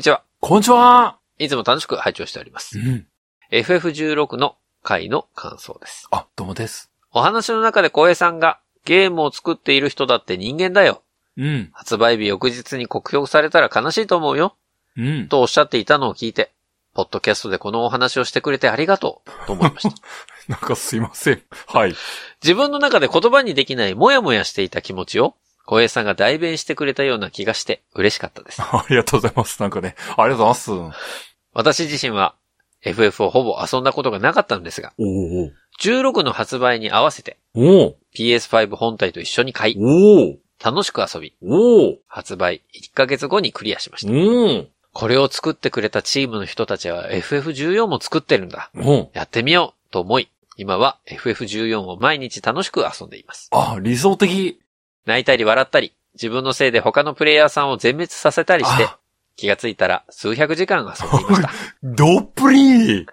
Speaker 2: こんにちは。
Speaker 1: いつも楽しく拝聴しております。
Speaker 2: うん。
Speaker 1: FF16 の回の感想です。
Speaker 2: あ、どうもです。
Speaker 1: お話の中で小平さんがゲームを作っている人だって人間だよ。
Speaker 2: うん。
Speaker 1: 発売日翌日に酷評されたら悲しいと思うよ。
Speaker 2: うん。
Speaker 1: とおっしゃっていたのを聞いて、ポッドキャストでこのお話をしてくれてありがとうと思いました。
Speaker 2: なんかすいません。はい。
Speaker 1: 自分の中で言葉にできないモヤモヤしていた気持ちを小平さんが代弁してくれたような気がして嬉しかったです。
Speaker 2: ありがとうございます。なんかね、ありがとうございます。
Speaker 1: 私自身は FF をほぼ遊んだことがなかったのですが、
Speaker 2: お
Speaker 1: 16の発売に合わせて PS5 本体と一緒に買い、楽しく遊び、発売1ヶ月後にクリアしました。これを作ってくれたチームの人たちは FF14 も作ってるんだ。やってみようと思い、今は FF14 を毎日楽しく遊んでいます。
Speaker 2: あ、理想的。
Speaker 1: 泣いたり笑ったり、自分のせいで他のプレイヤーさんを全滅させたりして、気がついたら数百時間遊んでいました。
Speaker 2: どっぷり。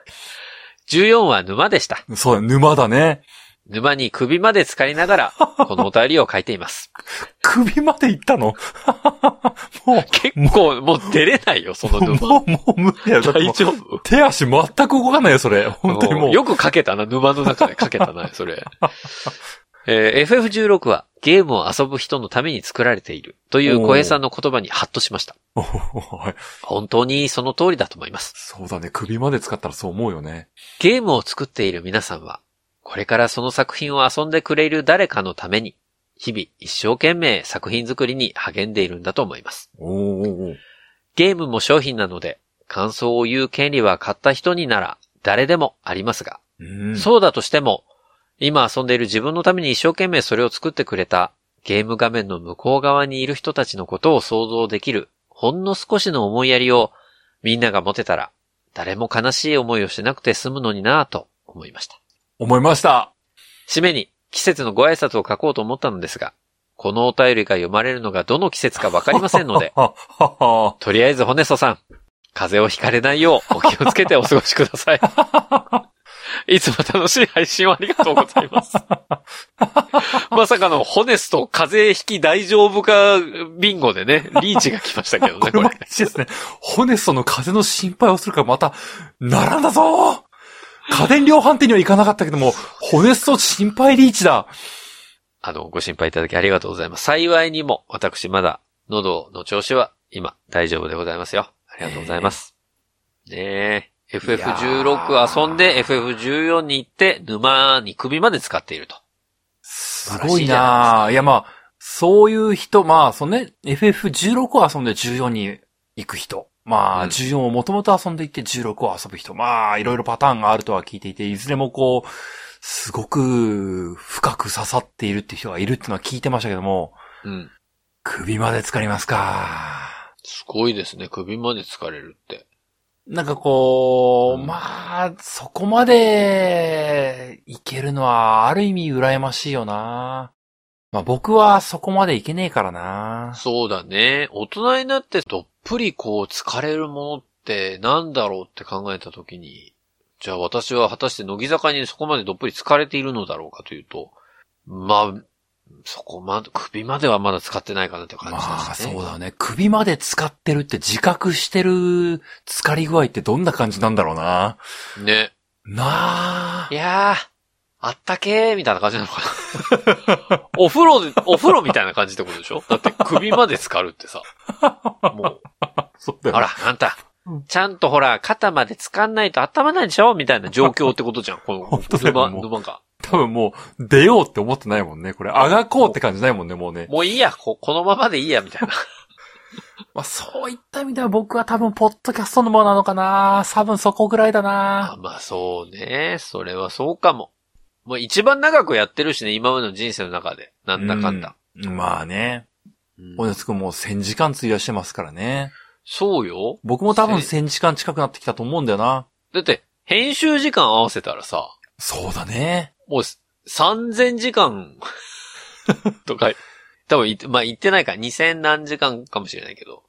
Speaker 1: 14は沼でした。
Speaker 2: そうだ、沼だね。
Speaker 1: 沼に首まで浸かりながら、このお便りを書いています。
Speaker 2: 首まで行ったのもう。
Speaker 1: 結構、もう出れないよ、その沼。
Speaker 2: もう無理やよ。
Speaker 1: 大丈夫？
Speaker 2: 手足全く動かないよ、それ。本当にもう。
Speaker 1: よく書けたな、沼の中で書けたな、それ。FF16 はゲームを遊ぶ人のために作られているという小平さんの言葉にハッとしました。本当にその通りだと思います。
Speaker 2: そうだね、首まで使ったらそう思うよね。
Speaker 1: ゲームを作っている皆さんは、これからその作品を遊んでくれる誰かのために、日々一生懸命作品作りに励んでいるんだと思います。ゲームも商品なので、感想を言う権利は買った人になら誰でもありますが、そうだとしても、今遊んでいる自分のために一生懸命それを作ってくれたゲーム画面の向こう側にいる人たちのことを想像できるほんの少しの思いやりをみんなが持てたら誰も悲しい思いをしなくて済むのになぁと思いました。
Speaker 2: 思いました。
Speaker 1: 締めに季節のご挨拶を書こうと思ったのですが、このお便りが読まれるのがどの季節かわかりませんので、とりあえずホネストさん、風邪をひかれないようお気をつけてお過ごしください。いつも楽しい配信をありがとうございます。まさかのホネスト風邪ひき大丈夫かビンゴでね、リーチが来ましたけどね、これ。
Speaker 2: ですね。ホネストの風邪の心配をするからまた、並んだぞ家電量販店には行かなかったけども、ホネスト心配リーチだ。
Speaker 1: ご心配いただきありがとうございます。幸いにも、私まだ、喉の調子は今大丈夫でございますよ。ありがとうございます。ねえ。FF16 遊んで FF14 に行って沼に首まで使っていると。
Speaker 2: すごいなぁ。いやまあ、そういう人、まあ、FF16 を遊んで14に行く人。まあ、14をもともと遊んでいて16を遊ぶ人。まあ、いろいろパターンがあるとは聞いていて、いずれもこう、すごく深く刺さっているっていう人がいるっていうのは聞いてましたけども。首まで浸かりますか。
Speaker 1: すごいですね。首まで浸かれるって。
Speaker 2: なんかこう、まあ、そこまでいけるのはある意味羨ましいよな。まあ僕はそこまでいけねえからな。
Speaker 1: そうだね。大人になってどっぷりこう疲れるものってなんだろうって考えたときに、じゃあ私は果たして乃木坂にそこまでどっぷり疲れているのだろうかというと、まあ、そこまで、首まではまだ使ってないかなって感じだしね。
Speaker 2: まあそうだね。首まで使ってるって自覚してる浸かり具合ってどんな感じなんだろうな。
Speaker 1: ね。
Speaker 2: なあ。
Speaker 1: いやー、あったけーみたいな感じなのかな。お風呂みたいな感じってことでしょ？だって首まで浸かるってさ。もう。
Speaker 2: そうだよね。
Speaker 1: ほら、あんた。ちゃんとほら、肩まで浸かんないと温まらないでしょみたいな状況ってことじゃん。この沼が。
Speaker 2: 多分もう、出ようって思ってないもんね。これ、あがこうって感じないもんね、もうね。
Speaker 1: もういいや、このままでいいや、みたいな。
Speaker 2: まあ、そういった意味では僕は多分、ポッドキャストのものなのかな。多分そこぐらいだな。
Speaker 1: まあ、そうね。それはそうかも。もう一番長くやってるしね、今までの人生の中で。なんだかんだ。
Speaker 2: まあね。おねつくんもう1000時間費やしてますからね。
Speaker 1: そうよ。
Speaker 2: 僕も多分1000時間近くなってきたと思うんだよな。
Speaker 1: だって、編集時間合わせたらさ。
Speaker 2: そうだね。
Speaker 1: もう3000時間とか、多分まあ言ってないから2000何時間かもしれないけど。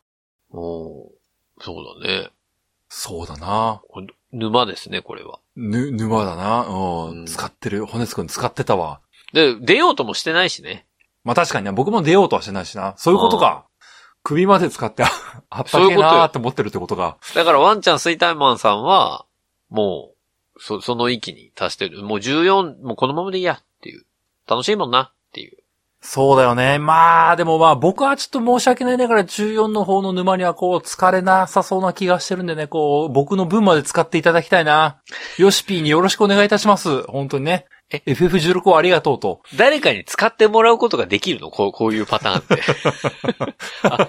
Speaker 1: そうだね。
Speaker 2: そうだな。
Speaker 1: 沼ですね、これは。
Speaker 2: 沼だな。使ってる。骨つくん使ってたわ。
Speaker 1: で、出ようともしてないしね。
Speaker 2: まあ確かにね、僕も出ようとはしてないしな。そういうことか。 首まで使ってあったけえなーって思ってるってことが。
Speaker 1: だからワンちゃん水タイマンさんは、もう、その域に達してる。もう14、もうこのままでいいやっていう。楽しいもんなっていう。
Speaker 2: そうだよね。でも僕はちょっと申し訳ないながら14の方の沼には疲れなさそうな気がしてるんでね、僕の分まで使っていただきたいな。ヨシピーによろしくお願いいたします。本当にね。FF16 をありがとうと。
Speaker 1: 誰かに使ってもらうことができるの？こういうパターンって。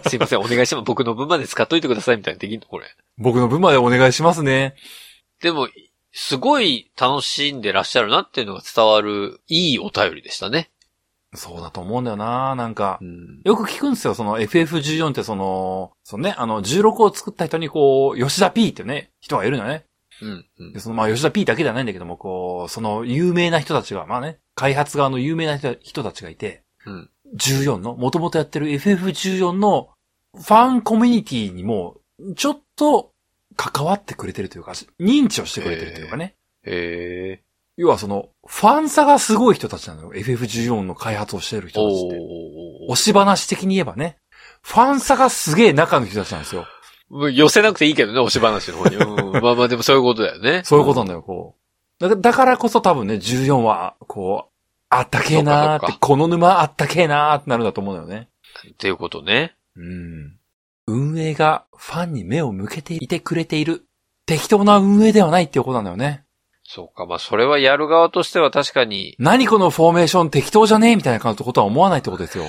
Speaker 1: すいません、お願いします。僕の分まで使っといてくださいみたいなできるのこれ。
Speaker 2: 僕の分までお願いしますね。
Speaker 1: でも、すごい楽しんでらっしゃるなっていうのが伝わる、いいお便りでしたね。
Speaker 2: そうだと思うんだよな。なんか、よく聞くんですよ。その FF14 って16を作った人に吉田 P ってね、人がいるのね。で吉田 P だけではないんだけども、その有名な人たちが、開発側の有名な人たちがいて、14の、元々やってる FF14 のファンコミュニティにも、ちょっと関わってくれてるというか、認知をしてくれてるというかね。要はファン差がすごい人たちなのよ。FF14 の開発をしてる人たちって。押し話的に言えばね。ファン差がすげえ中の人たちなんですよ。
Speaker 1: 寄せなくていいけどね、押し話の方に。でもそういうことだよね。
Speaker 2: そういうことなんだよ、だからこそ多分ね、14は、あったけえなーって、この沼あったけえなーってなるんだと思うんだよね。
Speaker 1: っていうことね。
Speaker 2: 運営がファンに目を向けていてくれている。適当な運営ではないっていうことなんだよね。
Speaker 1: そうか、それはやる側としては確かに。
Speaker 2: 何このフォーメーション適当じゃねえみたいな感じのことは思わないってことですよ。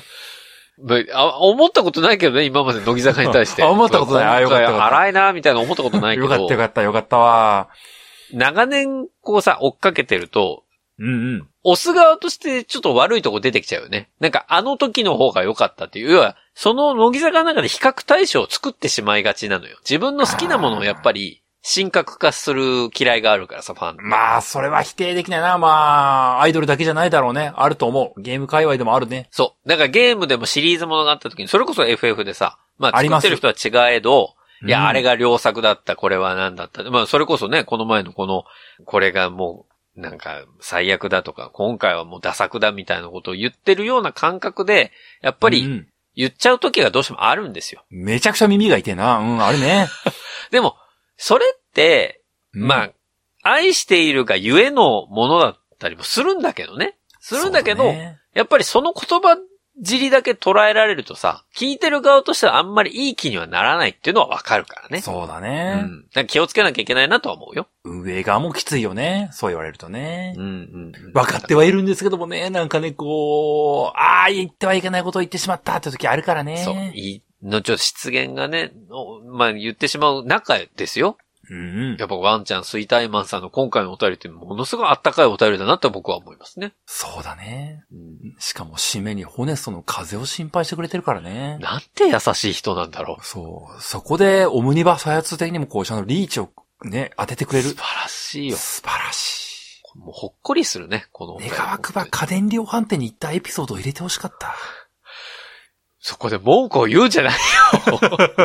Speaker 1: 思ったことないけどね、今まで乃木坂に対して。
Speaker 2: 思ったことない。
Speaker 1: よかった。荒いな、みたいな思ったことないけど。
Speaker 2: よかったわ。
Speaker 1: 長年追っかけてると、
Speaker 2: 押
Speaker 1: す側としてちょっと悪いとこ出てきちゃうよね。なんかあの時の方が良かったっていう。要は、その乃木坂の中で比較対象を作ってしまいがちなのよ。自分の好きなものをやっぱり、神格化する嫌いがあるからさ、ファン。
Speaker 2: それは否定できないな。アイドルだけじゃないだろうね。あると思う。ゲーム界隈でもあるね。
Speaker 1: そう。だからゲームでもシリーズものがあった時に、それこそ FF でさ、作ってる人は違えど、いや、あれが良作だった、これは何だった。それこそね、この前のこれがもう、なんか、最悪だとか、今回はもうダ作だみたいなことを言ってるような感覚で、やっぱり、言っちゃう時がどうしてもあるんですよ。
Speaker 2: めちゃくちゃ耳が痛いな。あるね。
Speaker 1: でも、それって、愛しているがゆえのものだったりもするんだけどね。やっぱりその言葉尻だけ捉えられるとさ、聞いてる側としてはあんまりいい気にはならないっていうのはわかるからね。
Speaker 2: そうだね。
Speaker 1: なんか気をつけなきゃいけないなとは思うよ。
Speaker 2: 運営側もきついよね。そう言われるとね。わかってはいるんですけどもね、なんかね、言ってはいけないことを言ってしまったって時あるからね。
Speaker 1: そう。ちょっと失言がね、言ってしまう中ですよ。やっぱワンちゃんスイタイマンさんの今回のお便りってものすごいあったかいお便りだなって僕は思いますね。
Speaker 2: そうだね。しかも締めにホネストの風を心配してくれてるからね。
Speaker 1: なんて優しい人なんだろう。
Speaker 2: そう。そこでオムニバス発的にもちゃんとリーチをね、当ててくれる。
Speaker 1: 素晴らしいよ。
Speaker 2: 素晴らしい。
Speaker 1: もうほっこりするね、この。
Speaker 2: 願わくば家電量販店に行ったエピソードを入れてほしかった。
Speaker 1: そこで文句を言うんじゃないよ。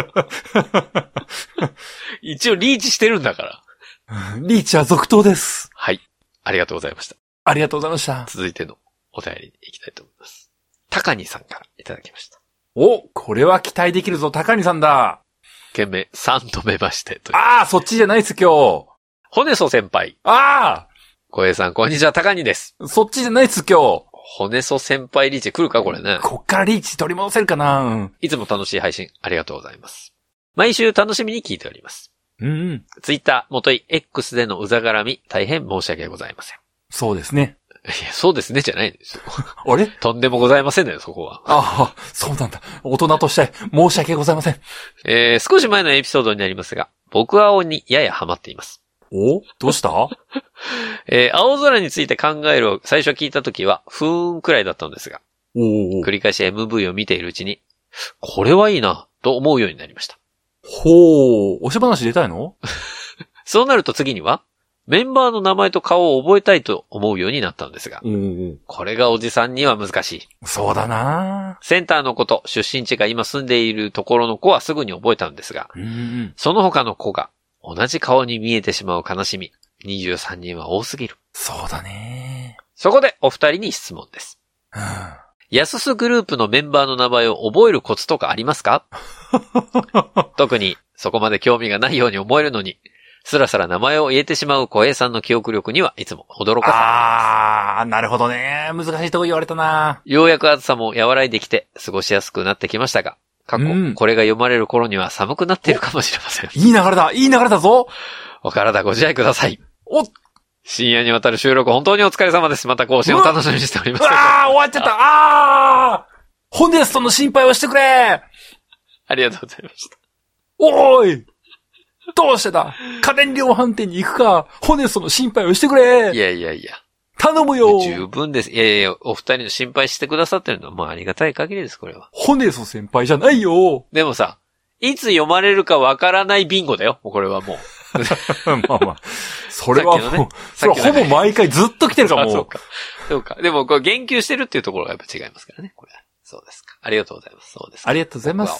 Speaker 1: 一応リーチしてるんだから。
Speaker 2: リーチは続投です。
Speaker 1: はい。ありがとうございました。
Speaker 2: ありがとうございました。
Speaker 1: 続いてのお便りに行きたいと思います。高荷さんからいただきました。
Speaker 2: これは期待できるぞ、高荷さんだ。
Speaker 1: 件名、3度目ましてという。
Speaker 2: そっちじゃないっす、今日。
Speaker 1: ホネソ先輩。小平さん、こんにちは、高荷です。
Speaker 2: そっちじゃないっす、今日。
Speaker 1: ホネソ先輩リーチ来るかこれね。
Speaker 2: こっからリーチ取り戻せるかな。
Speaker 1: いつも楽しい配信ありがとうございます。毎週楽しみに聞いております。ツイッター、元い X でのうざがらみ、大変申し訳ございません。
Speaker 2: そうですね。
Speaker 1: いや、そうですねじゃないんですよ。
Speaker 2: あれ
Speaker 1: とんでもございませんね、そこは。
Speaker 2: そうなんだ。大人として申し訳ございません。
Speaker 1: 少し前のエピソードになりますが、僕は青にややハマっています。
Speaker 2: どうした
Speaker 1: 青空について考えるを最初聞いたときは、ふーんくらいだったんですが、繰り返し MV を見ているうちに、これはいいな、と思うようになりました。
Speaker 2: 押し話出たいの？
Speaker 1: そうなると次には、メンバーの名前と顔を覚えたいと思うようになったんですが、これがおじさんには難しい。
Speaker 2: そうだな。
Speaker 1: センターの子と出身地が今住んでいるところの子はすぐに覚えたんですが、その他の子が同じ顔に見えてしまう悲しみ。23人は多すぎる。
Speaker 2: そうだね。
Speaker 1: そこでお二人に質問です。 ヤススグループのメンバーの名前を覚えるコツとかありますか？特にそこまで興味がないように思えるのに、スラスラ名前を言えてしまう小平さんの記憶力にはいつも驚かされます。
Speaker 2: なるほどね。難しいとこ言われたな。
Speaker 1: ようやく暑さも和らいできて過ごしやすくなってきましたが、過去、これが読まれる頃には寒くなっているかもしれません。
Speaker 2: いい流れだ、いい流れだぞ。
Speaker 1: お体ご自愛ください。深夜にわたる収録本当にお疲れ様です。また更新を楽しみにしております。
Speaker 2: 終わっちゃった。ホネストの心配をしてくれ。
Speaker 1: ありがとうございました。
Speaker 2: おーい、どうしてだ。家電量販店に行くか、ホネストの心配をしてくれ。
Speaker 1: いやいやいや。
Speaker 2: 頼むよ。
Speaker 1: 十分です。いやいや、お二人の心配してくださってるのは、まあありがたい限りです、これは。
Speaker 2: ホネスト先輩じゃないよ。
Speaker 1: でもさ、いつ読まれるかわからないビンゴだよ、これはもう。
Speaker 2: まあまあ。それはもう、ね、それはほぼ毎回ずっと来てるからもう。
Speaker 1: そうか。そうか。でも、これ言及してるっていうところがやっぱ違いますからね、これ。そうですか。ありがとうございます。そうですか。
Speaker 2: ありがとうございます。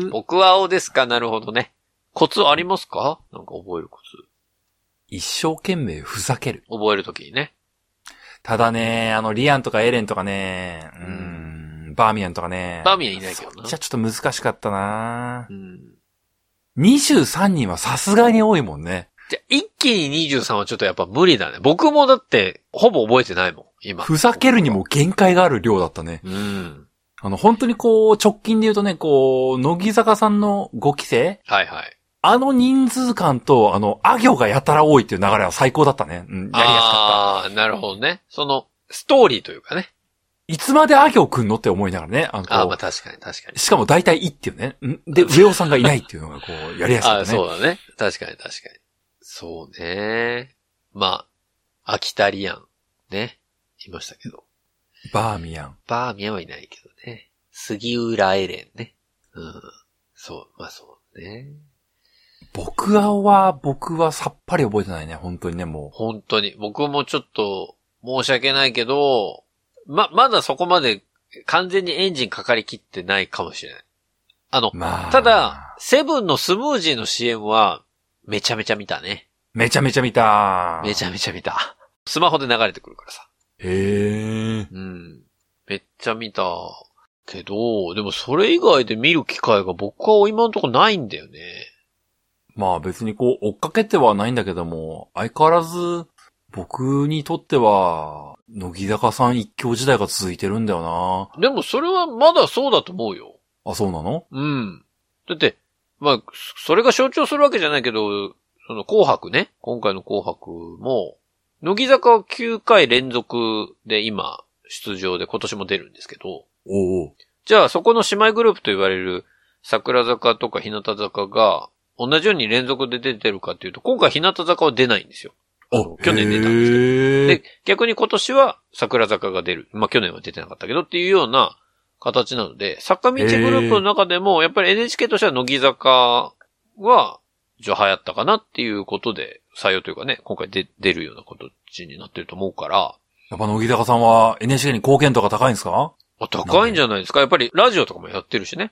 Speaker 1: 僕は青ですか？なるほどね。コツありますか？なんか覚えるコツ。
Speaker 2: 一生懸命ふざける。
Speaker 1: 覚えるときにね。
Speaker 2: ただね、リアンとかエレンとかね、バーミヤンとかね。
Speaker 1: バーミヤンいないけどな。
Speaker 2: じゃちょっと難しかったな。23人はさすがに多いもんね。
Speaker 1: じゃ、一気に23はちょっとやっぱ無理だね。僕もだって、ほぼ覚えてないもん、今。
Speaker 2: ふざけるにも限界がある量だったね。本当にこう、直近で言うとね、こう、乃木坂さんの5期生？
Speaker 1: はいはい。
Speaker 2: 人数感と、あ行がやたら多いっていう流れは最高だったね。やりやすかった。
Speaker 1: なるほどね。その、ストーリーというかね。
Speaker 2: いつまであ行くんのって思いながらね。
Speaker 1: まあ確かに確かに。
Speaker 2: しかも大体いいっていうね。で、上尾さんがいないっていうのがこう、やりやすかったね。
Speaker 1: そうだね。確かに確かに。そうね。まあ、アキタリアン。ね。いましたけど。
Speaker 2: バーミヤン。
Speaker 1: バーミヤンはいないけどね。杉浦エレンね。そう、まあそうね。
Speaker 2: 僕はさっぱり覚えてないね。本当にね、もう。
Speaker 1: 本当に。僕もちょっと申し訳ないけど、まだそこまで完全にエンジンかかりきってないかもしれない。ただ、セブンのスムージーの CM はめちゃめちゃ見たね。
Speaker 2: めちゃめちゃ見た。
Speaker 1: めちゃめちゃ見た。スマホで流れてくるからさ。
Speaker 2: へえ。
Speaker 1: めっちゃ見た。けど、でもそれ以外で見る機会が僕は今のところないんだよね。
Speaker 2: まあ別にこう追っかけてはないんだけども、相変わらず僕にとっては、乃木坂さん一強時代が続いてるんだよな。
Speaker 1: でもそれはまだそうだと思うよ。
Speaker 2: あ、そうなの？
Speaker 1: だって、まあ、それが象徴するわけじゃないけど、その紅白ね、今回の紅白も、乃木坂は9回連続で今出場で今年も出るんですけど、じゃあそこの姉妹グループと言われる桜坂とか日向坂が同じように連続で出てるかっていうと、今回日向坂は出ないんですよ。去年出たんですけど。で、逆に今年は桜坂が出る。まあ去年は出てなかったけどっていうような形なので、坂道グループの中でもやっぱり NHK としては乃木坂は流行ったかなっていうことで採用というかね、今回出るような形になってると思うから。
Speaker 2: やっぱ乃木坂さんは NHK に貢献度が高いんですか？
Speaker 1: 高いんじゃないですか。やっぱりラジオとかもやってるしね。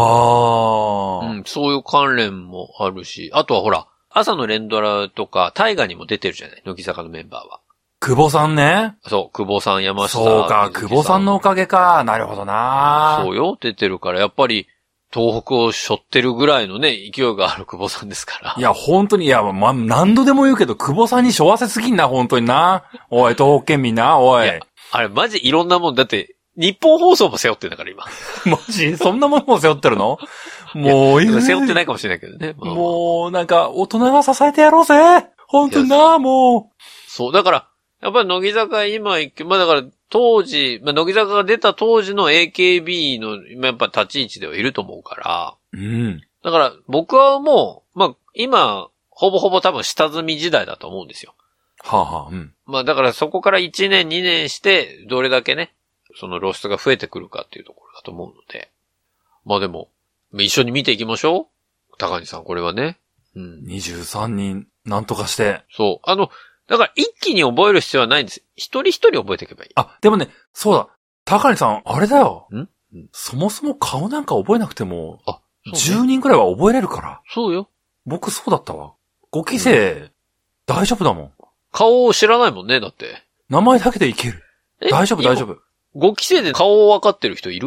Speaker 1: そういう関連もあるし、あとはほら、朝の連ドラとか大河にも出てるじゃない、乃木坂のメンバーは。
Speaker 2: 久保さんね。
Speaker 1: そう、久保さん、山下。
Speaker 2: そうか、久保さんのおかげか。なるほどな。
Speaker 1: そうよ、出てるから、やっぱり、東北を背負ってるぐらいのね、勢いがある久保さんですから。
Speaker 2: いや、本当に、いや、何度でも言うけど、久保さんに背負わせすぎんな、本当にな。おい、東北県民な、おい。いや、
Speaker 1: あれ、マジいろんなもん、だって、日本放送も背負ってんだから、今。
Speaker 2: マジそんなものも背負ってるの？もう、
Speaker 1: 背負ってないかもしれないけどね。
Speaker 2: もう、なんか、大人が支えてやろうぜ。本当にな、もう。
Speaker 1: そう、だから、やっぱり乃木坂今まあだから当時、まあ乃木坂が出た当時の AKB のやっぱ立ち位置ではいると思うから。だから僕はもう、まあ今、ほぼほぼ多分下積み時代だと思うんですよ。まあだからそこから1年2年して、どれだけね、その露出が増えてくるかっていうところだと思うので。まあでも、一緒に見ていきましょう。高木さん、これはね。
Speaker 2: 23人、なんとかして。
Speaker 1: そう。だから一気に覚える必要はないんです。一人一人覚えていけばいい。
Speaker 2: でもね、そうだ。高根さん、あれだよ。そもそも顔なんか覚えなくても、10人くらいは覚えれるから。
Speaker 1: そうよ。
Speaker 2: 僕そうだったわ。5期生、大丈夫だもん。
Speaker 1: 顔を知らないもんね、だって。
Speaker 2: 名前だけでいける。大丈夫。
Speaker 1: 5期生で顔分かってる人いる？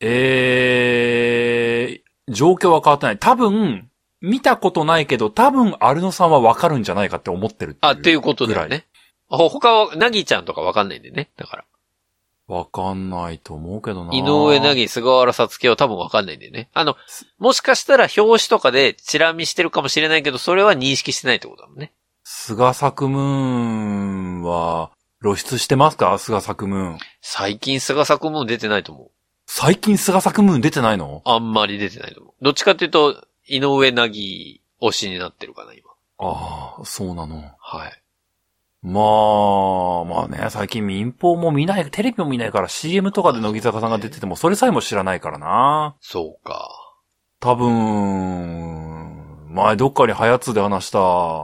Speaker 2: 状況は変わってない。多分、見たことないけど、多分、アルノさんは分かるんじゃないかって思ってる
Speaker 1: っていうことだよね。他は、なぎちゃんとか分かんないんでね。だから。
Speaker 2: 分かんないと思うけどな。
Speaker 1: 井上なぎ、菅原さつきは多分分かんないんでね。もしかしたら表紙とかでチラ見してるかもしれないけど、それは認識してないってことだもんね。
Speaker 2: 菅作ムーンは、露出してますか？菅作ムーン。
Speaker 1: 最近菅作ムーン出てないと思う。
Speaker 2: 最近菅作ムーン出てないの？あ
Speaker 1: んまり出てないと思う。どっちかっていうと、井上なぎ推しになってるかな、今。
Speaker 2: ああ、そうなの。
Speaker 1: はい。
Speaker 2: まあね、最近民放も見ない、テレビも見ないから CM とかで乃木坂さんが出ててもそれさえも知らないからな。
Speaker 1: そうか。
Speaker 2: 多分、前どっかにハヤツで話した、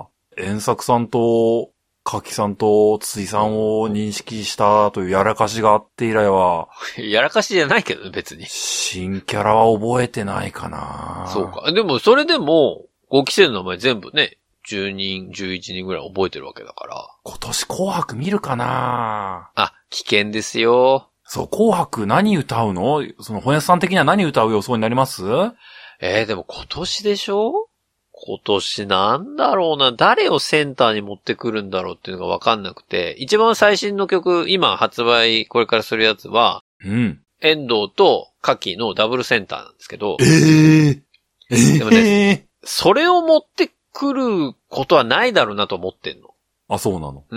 Speaker 2: 遠作さんと、柿さんと辻さんを認識したというやらかしがあって以来は。
Speaker 1: やらかしじゃないけどね、別に。
Speaker 2: 新キャラは覚えてないかな。
Speaker 1: そうか。でも、それでも、5期生の名前全部ね、10人、11人ぐらい覚えてるわけだから。
Speaker 2: 今年紅白見るかな？
Speaker 1: 危険ですよ。
Speaker 2: そう、紅白何歌うの？その、本屋さん的には何歌う予想になります？
Speaker 1: でも今年でしょ？今年なんだろうな、誰をセンターに持ってくるんだろうっていうのがわかんなくて、一番最新の曲、今発売これからするやつは、遠藤と柿のダブルセンターなんですけど、でもね、それを持ってくることはないだろうなと思ってんの。
Speaker 2: あ、そうなの？
Speaker 1: うん。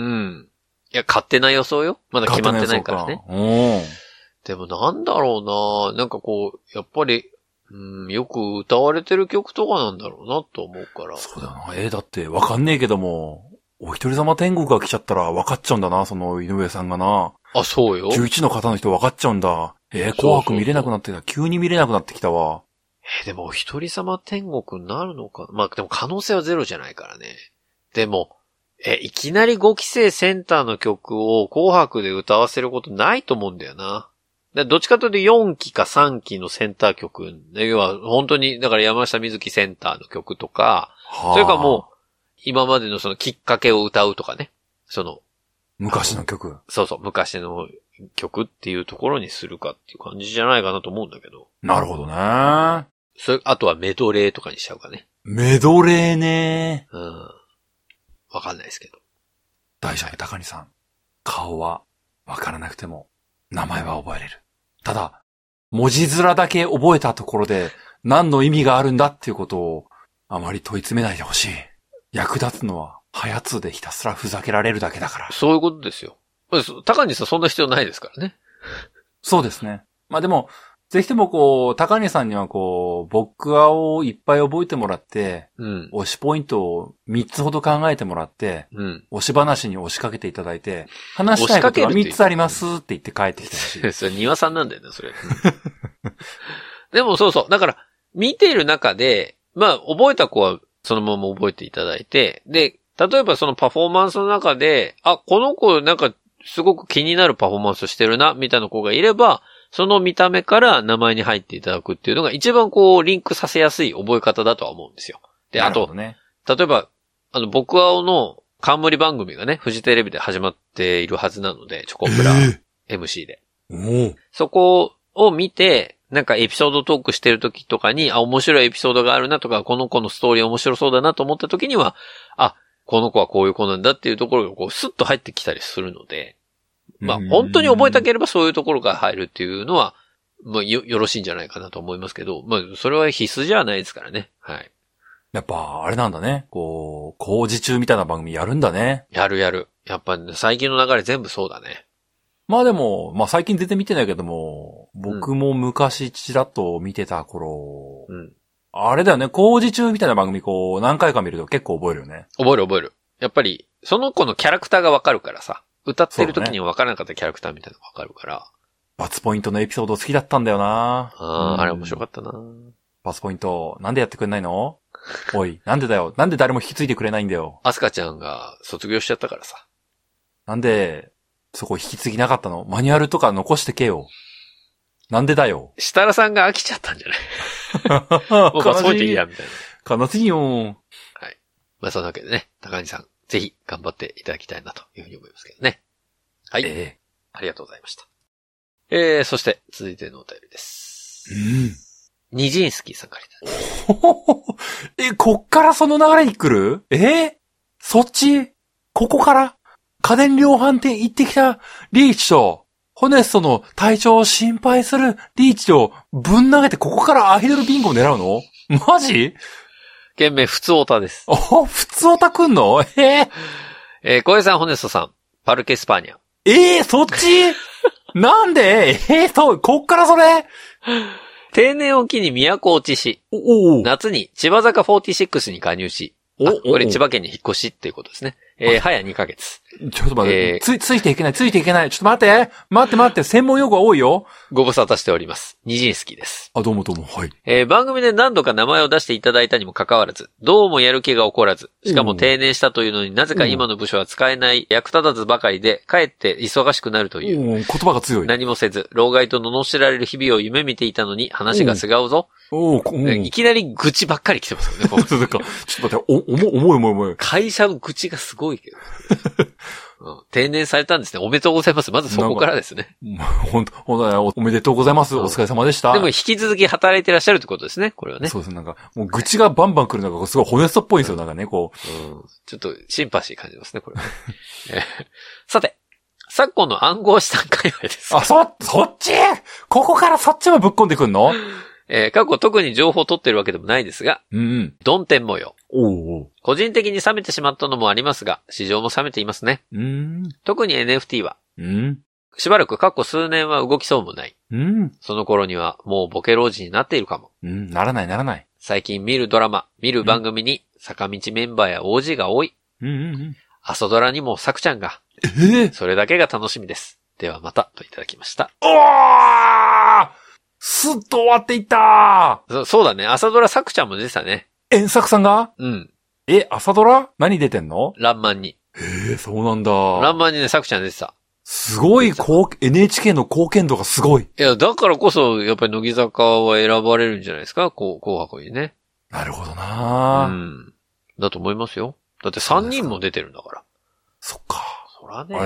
Speaker 1: いや、勝手な予想よ。まだ決まってないからね。でもなんだろうな、なんかこう、やっぱり、よく歌われてる曲とかなんだろうなと思うから。
Speaker 2: そうだな。だってわかんねえけども、お一人様天国が来ちゃったらわかっちゃうんだな、その井上さんがな。
Speaker 1: そうよ。
Speaker 2: 11の方の人わかっちゃうんだ。紅白見れなくなってきた。急に見れなくなってきたわ。
Speaker 1: でもお一人様天国になるのか。でも可能性はゼロじゃないからね。でも、いきなり5期生センターの曲を紅白で歌わせることないと思うんだよな。どっちかというと4期か3期のセンター曲。要は本当に、だから山下美月センターの曲とか、それかもう、今までのそのきっかけを歌うとかね。
Speaker 2: 昔の曲。
Speaker 1: そうそう、昔の曲っていうところにするかっていう感じじゃないかなと思うんだけど。
Speaker 2: なるほどね。
Speaker 1: あとはメドレーとかにしちゃうかね。
Speaker 2: メドレーね。
Speaker 1: わかんないですけど。
Speaker 2: 大丈夫、高荷さん。顔はわからなくても、名前は覚えれる。ただ、文字面だけ覚えたところで、何の意味があるんだっていうことを、あまり問い詰めないでほしい。役立つのは、ハヤツでひたすらふざけられるだけだから。
Speaker 1: そういうことですよ。高荷さんそんな必要ないですからね。
Speaker 2: そうですね。でも、ぜひとも高荷さんには僕をいっぱい覚えてもらって、推しポイントを3つほど考えてもらって、推し話に押しかけていただいて、話したいことが3つありますって言って帰ってきてほしい。
Speaker 1: それ庭さんなんだよね、それ。でもそうそう。だから、見ている中で、覚えた子はそのまま覚えていただいて、で、例えばそのパフォーマンスの中で、この子なんかすごく気になるパフォーマンスしてるな、みたいな子がいれば、その見た目から名前に入っていただくっていうのが一番リンクさせやすい覚え方だとは思うんですよ。で、あと、例えば、僕青の冠番組がね、フジテレビで始まっているはずなので、チョコプラ MC で。そこを見て、なんかエピソードトークしてる時とかに、面白いエピソードがあるなとか、この子のストーリー面白そうだなと思った時には、この子はこういう子なんだっていうところがスッと入ってきたりするので、本当に覚えたければそういうところが入るっていうのは、よろしいんじゃないかなと思いますけど、それは必須じゃないですからね。はい。
Speaker 2: やっぱ、あれなんだね。工事中みたいな番組やるんだね。
Speaker 1: やる。やっぱ、最近の流れ全部そうだね。
Speaker 2: でも、最近全然見てないけども、僕も昔ちらっと見てた頃、あれだよね、工事中みたいな番組何回か見ると結構覚えるよね。
Speaker 1: 覚える。やっぱり、その子のキャラクターがわかるからさ。歌ってる時にわからなかったキャラクターみたいなのがわかるから。
Speaker 2: バツポイントのエピソード好きだったんだよな。
Speaker 1: あれ面白かったな。
Speaker 2: バツポイント、なんでやってくんないの？おい、なんでだよ。なんで誰も引き継いでくれないんだよ。
Speaker 1: アスカちゃんが卒業しちゃったからさ。
Speaker 2: なんで、そこ引き継ぎなかったの？マニュアルとか残してけよ。なんでだよ。
Speaker 1: 設楽さんが飽きちゃったんじゃないもうバツポイントいいや、みたいな。
Speaker 2: 悲しいよ。
Speaker 1: はい。そんなわけでね、高木さん、ぜひ頑張っていただきたいなというふうに思いますけどね。はい。ありがとうございました。 そして、続いてのお便りです。ニジンスキーさんからいただきます。
Speaker 2: こっからその流れに来る？そっち？ここから家電量販店行ってきたリーチと、ホネストの体調を心配するリーチをぶん投げてここからアイドルビンゴを狙うの？マジ？
Speaker 1: 件名、普通オタです。
Speaker 2: 普通オタくんの？
Speaker 1: 小江さん、ホネストさん、パルケスパーニャ。
Speaker 2: そっち？なんで？こっからそれ？
Speaker 1: 定年を機に都落ちし、夏に千葉坂46に加入し、これ千葉県に引っ越しっていうことですね。早2ヶ月。
Speaker 2: ちょっと待って、ついていけない。ちょっと待って、専門用語が多いよ。
Speaker 1: ご無沙汰しております。ニジンスキーです。
Speaker 2: どうも、はい。
Speaker 1: 番組で何度か名前を出していただいたにもかかわらず、どうもやる気が起こらず、しかも定年したというのになぜか今の部署は使えない役立たずばかりで、かえって忙しくなるという。
Speaker 2: 言葉が強い。
Speaker 1: 何もせず、老害と罵られる日々を夢見ていたのに話が違うぞ。いきなり愚痴ばっかり来てますよね。ちょっと
Speaker 2: 待って、重い。
Speaker 1: 会社の愚痴がすごいけど。定年されたんですね。おめでとうございます。まずそこからですね。
Speaker 2: 本当おめでとうございます。お疲れ様でした。
Speaker 1: でも引き続き働いてらっしゃるってことですね。これはね。
Speaker 2: そうですね。もう愚痴がバンバン来るのがすごいホネストっぽいんですよ。
Speaker 1: ちょっとシンパシー感じますね、これは。さて、昨今の暗号資産界隈です。
Speaker 2: そっち？ここからそっちもぶっ込んでくんの？
Speaker 1: 過去特に情報を取ってるわけでもないですが、曇天模様。個人的に冷めてしまったのもありますが、市場も冷めていますね。特に NFT は、しばらく過去数年は動きそうもない。その頃にはもうボケ老人になっているかも。
Speaker 2: ならない。
Speaker 1: 最近見るドラマ、見る番組に坂道メンバーや OG が多い。朝ドラにもさくちゃんが。それだけが楽しみです。ではまたといただきました。
Speaker 2: すっと終わっていった
Speaker 1: ー。そうだね。朝ドラさくちゃんも出てたね。
Speaker 2: さくさんが？朝ドラ？何出てんの？
Speaker 1: らんまんに。
Speaker 2: そうなんだ。
Speaker 1: らんまんにね、さくちゃん出てた。
Speaker 2: すごい、NHK の貢献度がすごい。
Speaker 1: いや、だからこそ、やっぱり乃木坂は選ばれるんじゃないですか？紅白にね。
Speaker 2: なるほどな
Speaker 1: だと思いますよ。だって3人も出てるんだから。
Speaker 2: そっか。
Speaker 1: そらね。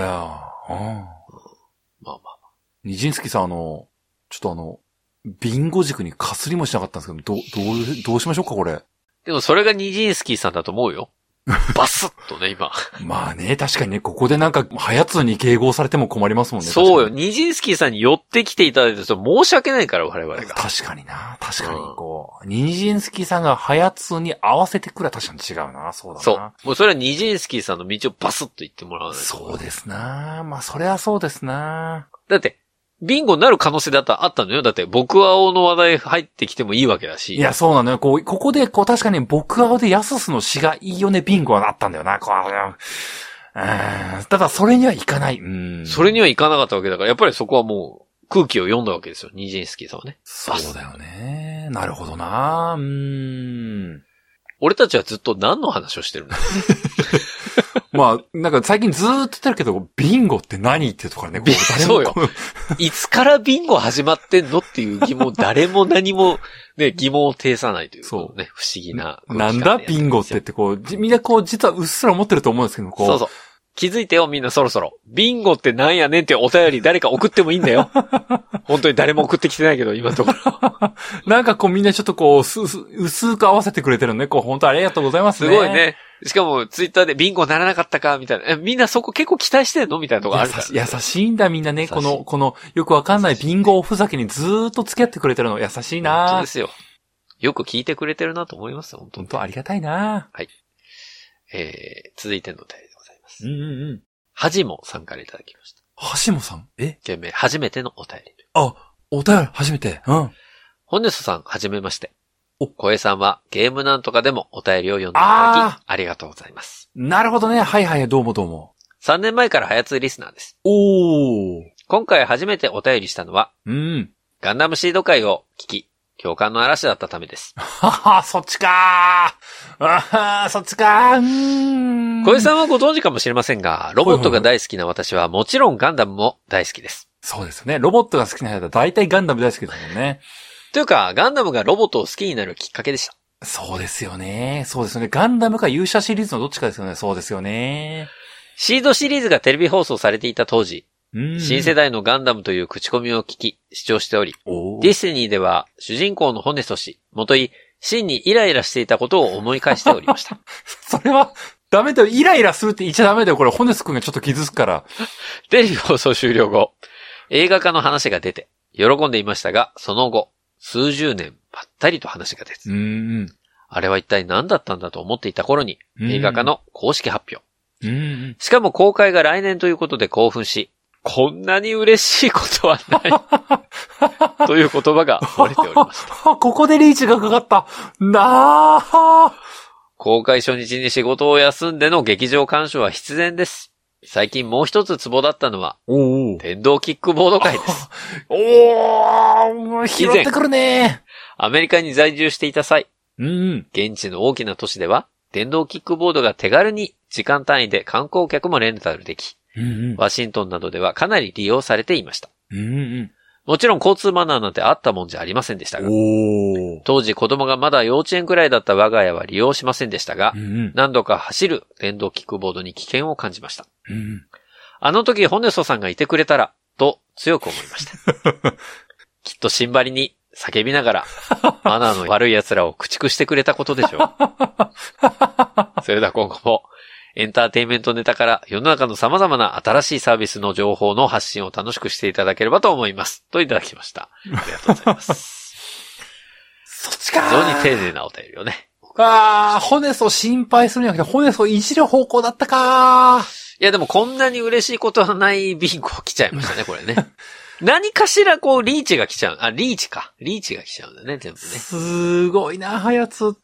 Speaker 1: まあ。
Speaker 2: ニジンスキさんちょっとビンゴ軸にかすりもしなかったんですけど、どうしましょうか、これ。
Speaker 1: でもそれがニジンスキーさんだと思うよ。バスッとね、今。
Speaker 2: まあね、確かにね、ここでなんか、ハヤツに迎合されても困りますもんね。
Speaker 1: そうよ。ニジンスキーさんに寄ってきていただいて、申し訳ないから、我々が。
Speaker 2: 確かに、ニジンスキーさんがハヤツに合わせてくれば確かに違うな。そうだな。
Speaker 1: そう。もうそれはニジンスキーさんの道をバスッと言ってもらわないと。
Speaker 2: そうですな。まあ、それはそうですな。
Speaker 1: だって、ビンゴになる可能性だあったのよ。だって、僕青の話題入ってきてもいいわけだし。
Speaker 2: いや、そうなのよ。ここで、確かに僕青でヤススの詩がいいよね、ビンゴはなったんだよな。ただ、それにはいかない。
Speaker 1: それにはいかなかったわけだから、やっぱりそこはもう、空気を読んだわけですよ。ニジンスキーさんはね。
Speaker 2: そうだよね。なるほどな。
Speaker 1: 俺たちはずっと何の話をしてるんだ
Speaker 2: まあ、なんか最近ずーっと言ってるけど、ビンゴって何ってところね。
Speaker 1: そうよ。いつからビンゴ始まってんのっていう疑問、誰も何もね、疑問を呈さないというそうね、不思議な。
Speaker 2: なんだビンゴってみんな実はうっすら思ってると思うんですけど、
Speaker 1: そう。気づいてよ、みんなそろそろ。ビンゴってなんやねんってお便り誰か送ってもいいんだよ。本当に誰も送ってきてないけど、今のところ。
Speaker 2: なんかみんなちょっと薄く合わせてくれてるね。本当ありがとうございますね。
Speaker 1: すごいね。しかも、ツイッターでビンゴならなかったかみたいな。みんなそこ結構期待してんのみたいなとこあるから、
Speaker 2: 優しいんだ、みんなね。この、よくわかんないビンゴおふざけにずーっと付き合ってくれてるの。優しいな。
Speaker 1: そうですよ。よく聞いてくれてるなと思いますよ、
Speaker 2: 本当ありがたいな。
Speaker 1: はい。続いてのお便りでございます。
Speaker 2: は
Speaker 1: じもさんからいただきました。
Speaker 2: はじもさん？
Speaker 1: 件名、初めてのお便り。
Speaker 2: お便り、初めて。
Speaker 1: ホネスさん、はじめまして。小江さんはゲームなんとかでもお便りを読んでいただき、ありがとうございます。
Speaker 2: なるほどね。はい、どうも。
Speaker 1: 3年前からハヤツーリスナーです。今回初めてお便りしたのは、ガンダムシード会を聞き、共感の嵐だったためです。
Speaker 2: そっちかー。そっちかー。
Speaker 1: 小江さんはご存知かもしれませんが、ロボットが大好きな私はもちろんガンダムも大好きです。
Speaker 2: そうですね。ロボットが好きな人は大体ガンダム大好きですもんね。
Speaker 1: というか、ガンダムがロボットを好きになるきっかけでした。
Speaker 2: そうですよね。ガンダムか勇者シリーズのどっちかですよね。そうですよね。
Speaker 1: シードシリーズがテレビ放送されていた当時、 新世代のガンダムという口コミを聞き、視聴しており、ディスティニーでは主人公のホネソ氏、もとい、真にイライラしていたことを思い返しておりました。
Speaker 2: それは、ダメだよ。イライラするって言っちゃダメだよ。これ、ホネス君がちょっと傷つくから。
Speaker 1: テレビ放送終了後、映画化の話が出て、喜んでいましたが、その後、数十年ばったりと話が出ず、あれは一体何だったんだと思っていた頃に、映画化の公式発表。しかも公開が来年ということで興奮し、こんなに嬉しいことはないという言葉が漏れておりました。
Speaker 2: ここでリーチがかかった。なあ。
Speaker 1: 公開初日に仕事を休んでの劇場鑑賞は必然です。最近もう一つツボだったのは、電動キックボード界です。
Speaker 2: 拾ってくるね。
Speaker 1: アメリカに在住していた際、現地の大きな都市では、電動キックボードが手軽に時間単位で観光客もレンタルでき、ワシントンなどではかなり利用されていました。もちろん交通マナーなんてあったもんじゃありませんでしたが、当時子供がまだ幼稚園くらいだった我が家は利用しませんでしたが、何度か走る電動キックボードに危険を感じました。あの時ホネソさんがいてくれたら、と強く思いました。きっとシンバリに叫びながら、マナーの悪い奴らを駆逐してくれたことでしょう。それでは今後も、エンターテインメントネタから世の中の様々な新しいサービスの情報の発信を楽しくしていただければと思います。といただきました。ありがとうございます。
Speaker 2: そっちか。
Speaker 1: 非常に丁寧なお便りをね。
Speaker 2: ホネソ心配するんじゃなくて、ホネソいじる方向だったか。
Speaker 1: いやでもこんなに嬉しいことはないビンゴ来ちゃいましたね、これね。何かしらこうリーチが来ちゃう。リーチか。リーチが来ちゃうんだね、全部ね。
Speaker 2: すごいな、はやつって。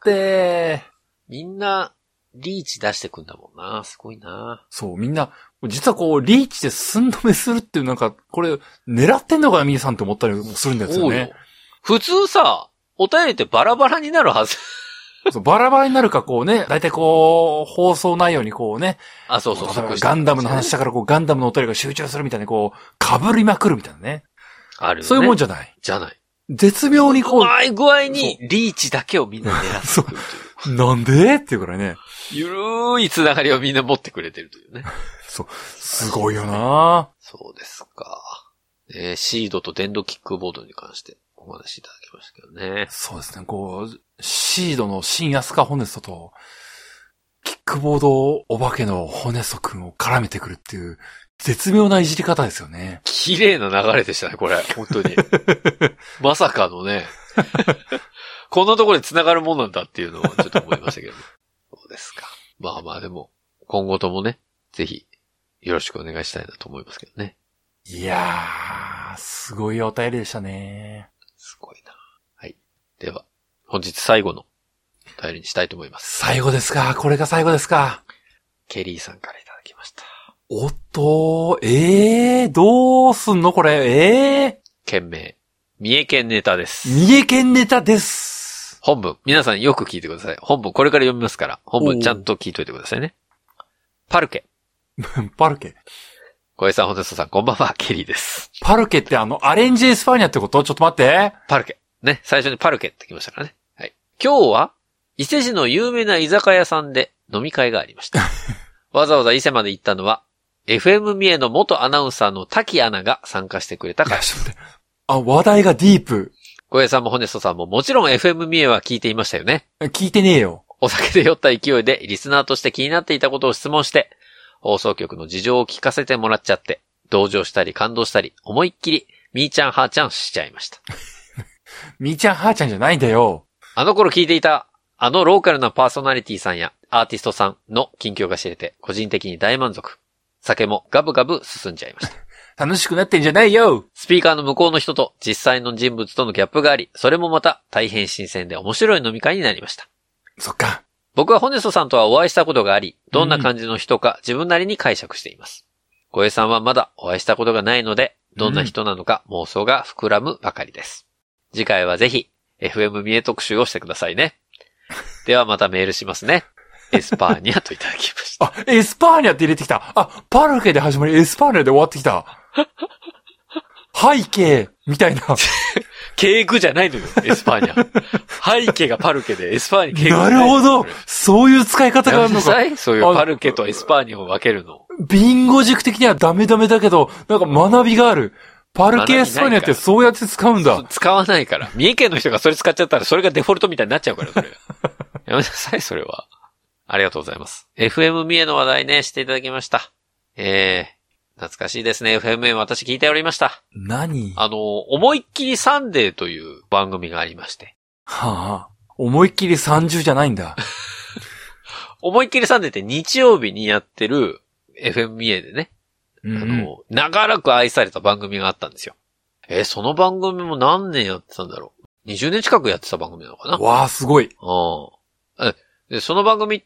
Speaker 1: みんな、リーチ出してくんだもんな。すごいな。
Speaker 2: そう、みんな、実はこう、リーチで寸止めするっていうなんか、これ、狙ってんのかな、皆さんって思ったりもするんですよね。
Speaker 1: 普通さ、お便りってバラバラになるはず。
Speaker 2: そう、バラバラになるかこうね、だいたいこう、放送内容にこうね。
Speaker 1: そう。
Speaker 2: ガンダムの話だからこう、ガンダムのお便りが集中するみたいな、こう、被りまくるみたいなね。
Speaker 1: あるよね。
Speaker 2: そういうもんじゃない。
Speaker 1: じゃない。
Speaker 2: 絶妙にこう。
Speaker 1: うまい具合に、リーチだけをみんな狙ってくる
Speaker 2: という。なんでっていうからね。
Speaker 1: ゆるいつながりをみんな持ってくれてるというね。
Speaker 2: そう。すごいよな。
Speaker 1: そうですか。シードと電動キックボードに関してお話しいただきましたけどね。
Speaker 2: そうですね。こう、シードの新安川ホネストと、キックボードお化けのホネスト君を絡めてくるっていう、絶妙ないじり方ですよね。
Speaker 1: 綺麗な流れでしたね、これ。本当に。まさかのね。こんなところで繋がるもんなんだっていうのをちょっと思いましたけど。そうですか。まあでも、今後ともね、ぜひ、よろしくお願いしたいなと思いますけどね。
Speaker 2: いやー、すごいお便りでしたね。
Speaker 1: すごいな。はい。では、本日最後のお便りにしたいと思います。
Speaker 2: 最後ですか。これが最後ですか。
Speaker 1: ケリーさんからいただきました。
Speaker 2: おっと、どうすんのこれ、
Speaker 1: 件名、三重県ネタです。
Speaker 2: 三重県ネタです。
Speaker 1: 本文、皆さんよく聞いてください。本文これから読みますから、本文ちゃんと聞いといてくださいね。パルケ。
Speaker 2: パルケ。
Speaker 1: 小江さん、ホネストさん、こんばんは、ケリーです。
Speaker 2: パルケってアレンジエスパーニャってこと？ちょっと待って。
Speaker 1: パルケ。ね、最初にパルケって来ましたからね。はい。今日は、伊勢市の有名な居酒屋さんで飲み会がありました。わざわざ伊勢まで行ったのは、FM 三重の元アナウンサーの滝アナが参加してくれたから。
Speaker 2: 話題がディープ。
Speaker 1: 小江さんもホネストさんももちろん FM 三重は聞いていましたよね。
Speaker 2: 聞いてねえよ。
Speaker 1: お酒で酔った勢いでリスナーとして気になっていたことを質問して、放送局の事情を聞かせてもらっちゃって、同情したり感動したり、思いっきり、みーちゃんはーちゃんしちゃいました。
Speaker 2: みーちゃんはーちゃんじゃないんだよ。
Speaker 1: あの頃聞いていた、あのローカルなパーソナリティさんやアーティストさんの近況が知れて、個人的に大満足。酒もガブガブ進んじゃいました。
Speaker 2: 楽しくなってんじゃないよ。
Speaker 1: スピーカーの向こうの人と実際の人物とのギャップがあり、それもまた大変新鮮で面白い飲み会になりました。
Speaker 2: そっか。
Speaker 1: 僕はホネストさんとはお会いしたことがあり、どんな感じの人か自分なりに解釈しています。小江さんはまだお会いしたことがないので、どんな人なのか妄想が膨らむばかりです。次回はぜひ FM 三重特集をしてくださいね。ではまたメールしますね。エスパーニャといただきました。
Speaker 2: エスパーニャって入れてきた。パルケで始まりエスパーニャで終わってきた。背景みたいな。
Speaker 1: 敬具じゃないのよ、エスパーニャ。背景がパルケでエスパーニャ敬具。
Speaker 2: なるほど。そういう使い方があるのか。
Speaker 1: そういうパルケとエスパーニャを分けるの。
Speaker 2: ビンゴ塾的にはダメだけど、なんか学びがある。パルケ・エスパニアってそうやって使うんだ。
Speaker 1: 使わないから。三重県の人がそれ使っちゃったら、それがデフォルトみたいになっちゃうから、それ。やめなさい、それは。ありがとうございます。FM 三重の話題ね、していただきました。懐かしいですね。FM 三重私聞いておりました。
Speaker 2: 何？
Speaker 1: 思いっきりサンデーという番組がありまして。
Speaker 2: はあ、思いっきり30じゃないんだ。
Speaker 1: 思いっきりサンデーって日曜日にやってる FM 三重でね。長らく愛された番組があったんですよ。その番組も何年やってたんだろう。20年近くやってた番組なのかな。
Speaker 2: わー、すごい。
Speaker 1: で、その番組って、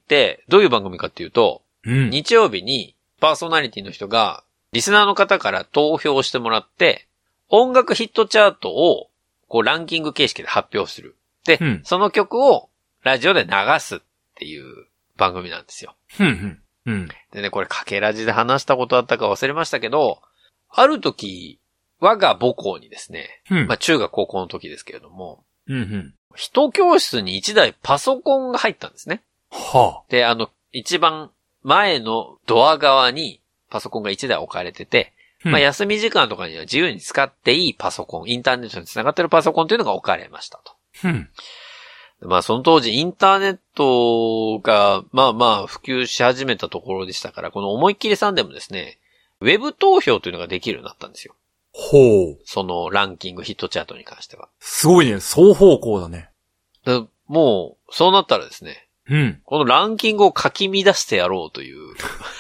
Speaker 1: どういう番組かっていうと、日曜日にパーソナリティの人が、リスナーの方から投票してもらって、音楽ヒットチャートを、こうランキング形式で発表する。で、その曲をラジオで流すっていう番組なんですよ。でね、これかけラジで話したことあったか忘れましたけど、ある時、我が母校にですね、中学高校の時ですけれども、一教室に一台パソコンが入ったんですね。で、一番前のドア側にパソコンが一台置かれてて、休み時間とかには自由に使っていいパソコン、インターネットに繋がってるパソコンというのが置かれましたと。その当時インターネットが、普及し始めたところでしたから、この思いっきりさんでもですね、ウェブ投票というのができるようになったんですよ。そのランキングヒットチャートに関しては。
Speaker 2: すごいね。双方向だね。
Speaker 1: もう、そうなったらですね。このランキングをかき乱してやろうという。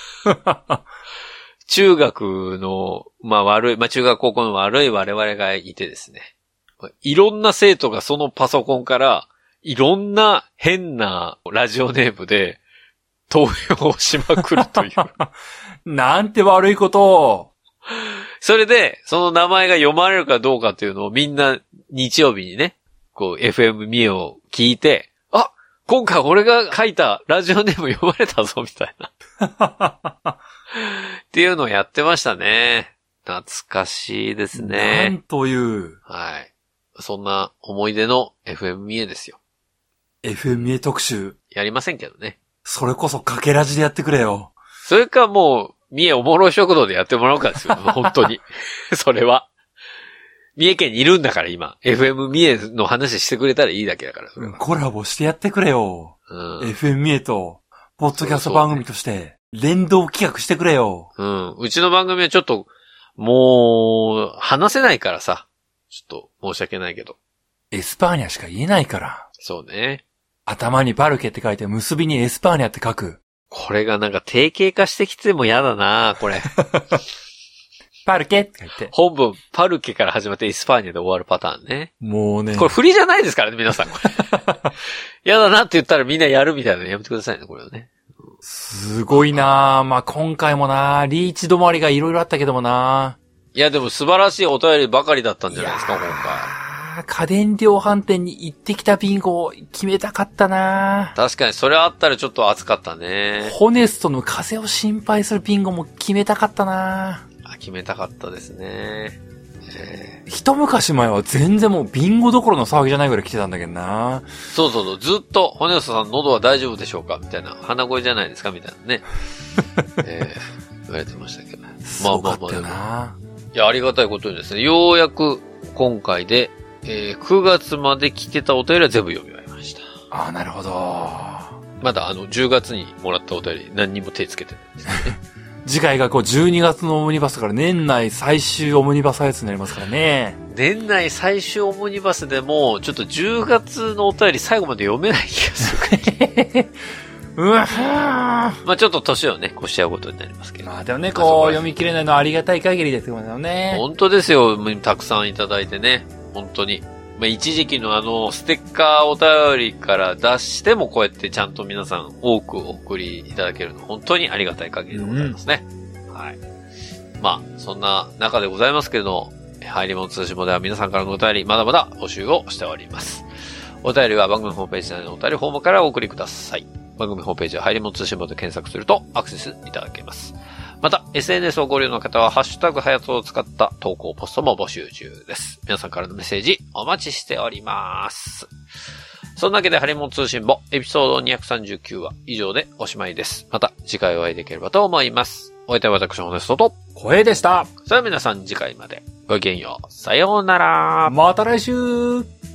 Speaker 1: 中学の、中学高校の悪い我々がいてですね。いろんな生徒がそのパソコンから、いろんな変なラジオネームで投票をしまくるという。
Speaker 2: なんて悪いことを。
Speaker 1: それで、その名前が読まれるかどうかっていうのをみんな日曜日にね、こう FM 三重を聞いて、今回俺が書いたラジオネーム読まれたぞみたいな。っていうのをやってましたね。懐かしいですね。
Speaker 2: なんという。
Speaker 1: はい。そんな思い出の FM 三重ですよ。
Speaker 2: FM 三重特集。
Speaker 1: やりませんけどね。
Speaker 2: それこそかけラジでやってくれよ。
Speaker 1: それかもう、三重おもろい食堂でやってもらおうかですよ。本当に。それは。三重県にいるんだから今。FM 三重の話してくれたらいいだけだから。
Speaker 2: コラボしてやってくれよ。FM 三重と、ポッドキャスト番組として、連動企画してくれよ。
Speaker 1: うちの番組はちょっと、もう、話せないからさ。ちょっと、申し訳ないけど。
Speaker 2: エスパーニャしか言えないから。
Speaker 1: そうね。
Speaker 2: 頭にパルケって書いて、結びにエスパーニャって書く。
Speaker 1: これがなんか定型化してきても嫌だなこれ。
Speaker 2: パルケって書いて。
Speaker 1: 本文、パルケから始まってエスパーニャで終わるパターンね。
Speaker 2: もうね。
Speaker 1: これ振りじゃないですからね、皆さん。これ嫌だなって言ったらみんなやるみたいなのやめてくださいね、これはね。
Speaker 2: すごいな今回もリーチ止まりがいろいろあったけども
Speaker 1: いや、でも素晴らしいお便りばかりだったんじゃないですか、今
Speaker 2: 回。家電量販店に行ってきたビンゴを決めたかった
Speaker 1: 確かに、それあったらちょっと熱かったね。
Speaker 2: ホネストの風を心配するビンゴも決めたかった
Speaker 1: 決めたかったですね。
Speaker 2: 一昔前は全然もうビンゴどころの騒ぎじゃないぐらい来てたんだけど
Speaker 1: そう、ずっと、ホネストさん喉は大丈夫でしょうかみたいな、鼻声じゃないですかみたいなね。言われてましたけど。
Speaker 2: すごかったよ
Speaker 1: いや、ありがたいことにですね、ようやく今回で、9月まで来てたお便りは全部読み終えました。
Speaker 2: なるほど。
Speaker 1: まだ10月にもらったお便り何にも手つけてないんですね。
Speaker 2: 次回が12月のオムニバスから年内最終オムニバスやつになりますからね。
Speaker 1: 年内最終オムニバスでも、ちょっと10月のお便り最後まで読めない気がする。ちょっと年をね、越しちゃうことになりますけど。
Speaker 2: でもね、読み切れないのはありがたい限りですよね。
Speaker 1: 本当ですよ。たくさんいただいてね。本当に。一時期のステッカーお便りから出してもこうやってちゃんと皆さん多くお送りいただけるの本当にありがたい限りでございますね。はい。そんな中でございますけれど、入り物通信簿では皆さんからのお便りまだまだ募集をしております。お便りは番組ホームページ内のお便りフォームからお送りください。番組ホームページは入り物通信簿で検索するとアクセスいただけます。また、SNS をご利用の方は、ハッシュタグはやつを使った投稿ポストも募集中です。皆さんからのメッセージ、お待ちしております。そんなわけで、ハリモン通信簿、エピソード239は以上でおしまいです。また、次回お会いできればと思います。 お相手は私、ホネストと、
Speaker 2: 小平でした。
Speaker 1: それでは皆さん次回までごきげんよう。さようなら。
Speaker 2: また来週。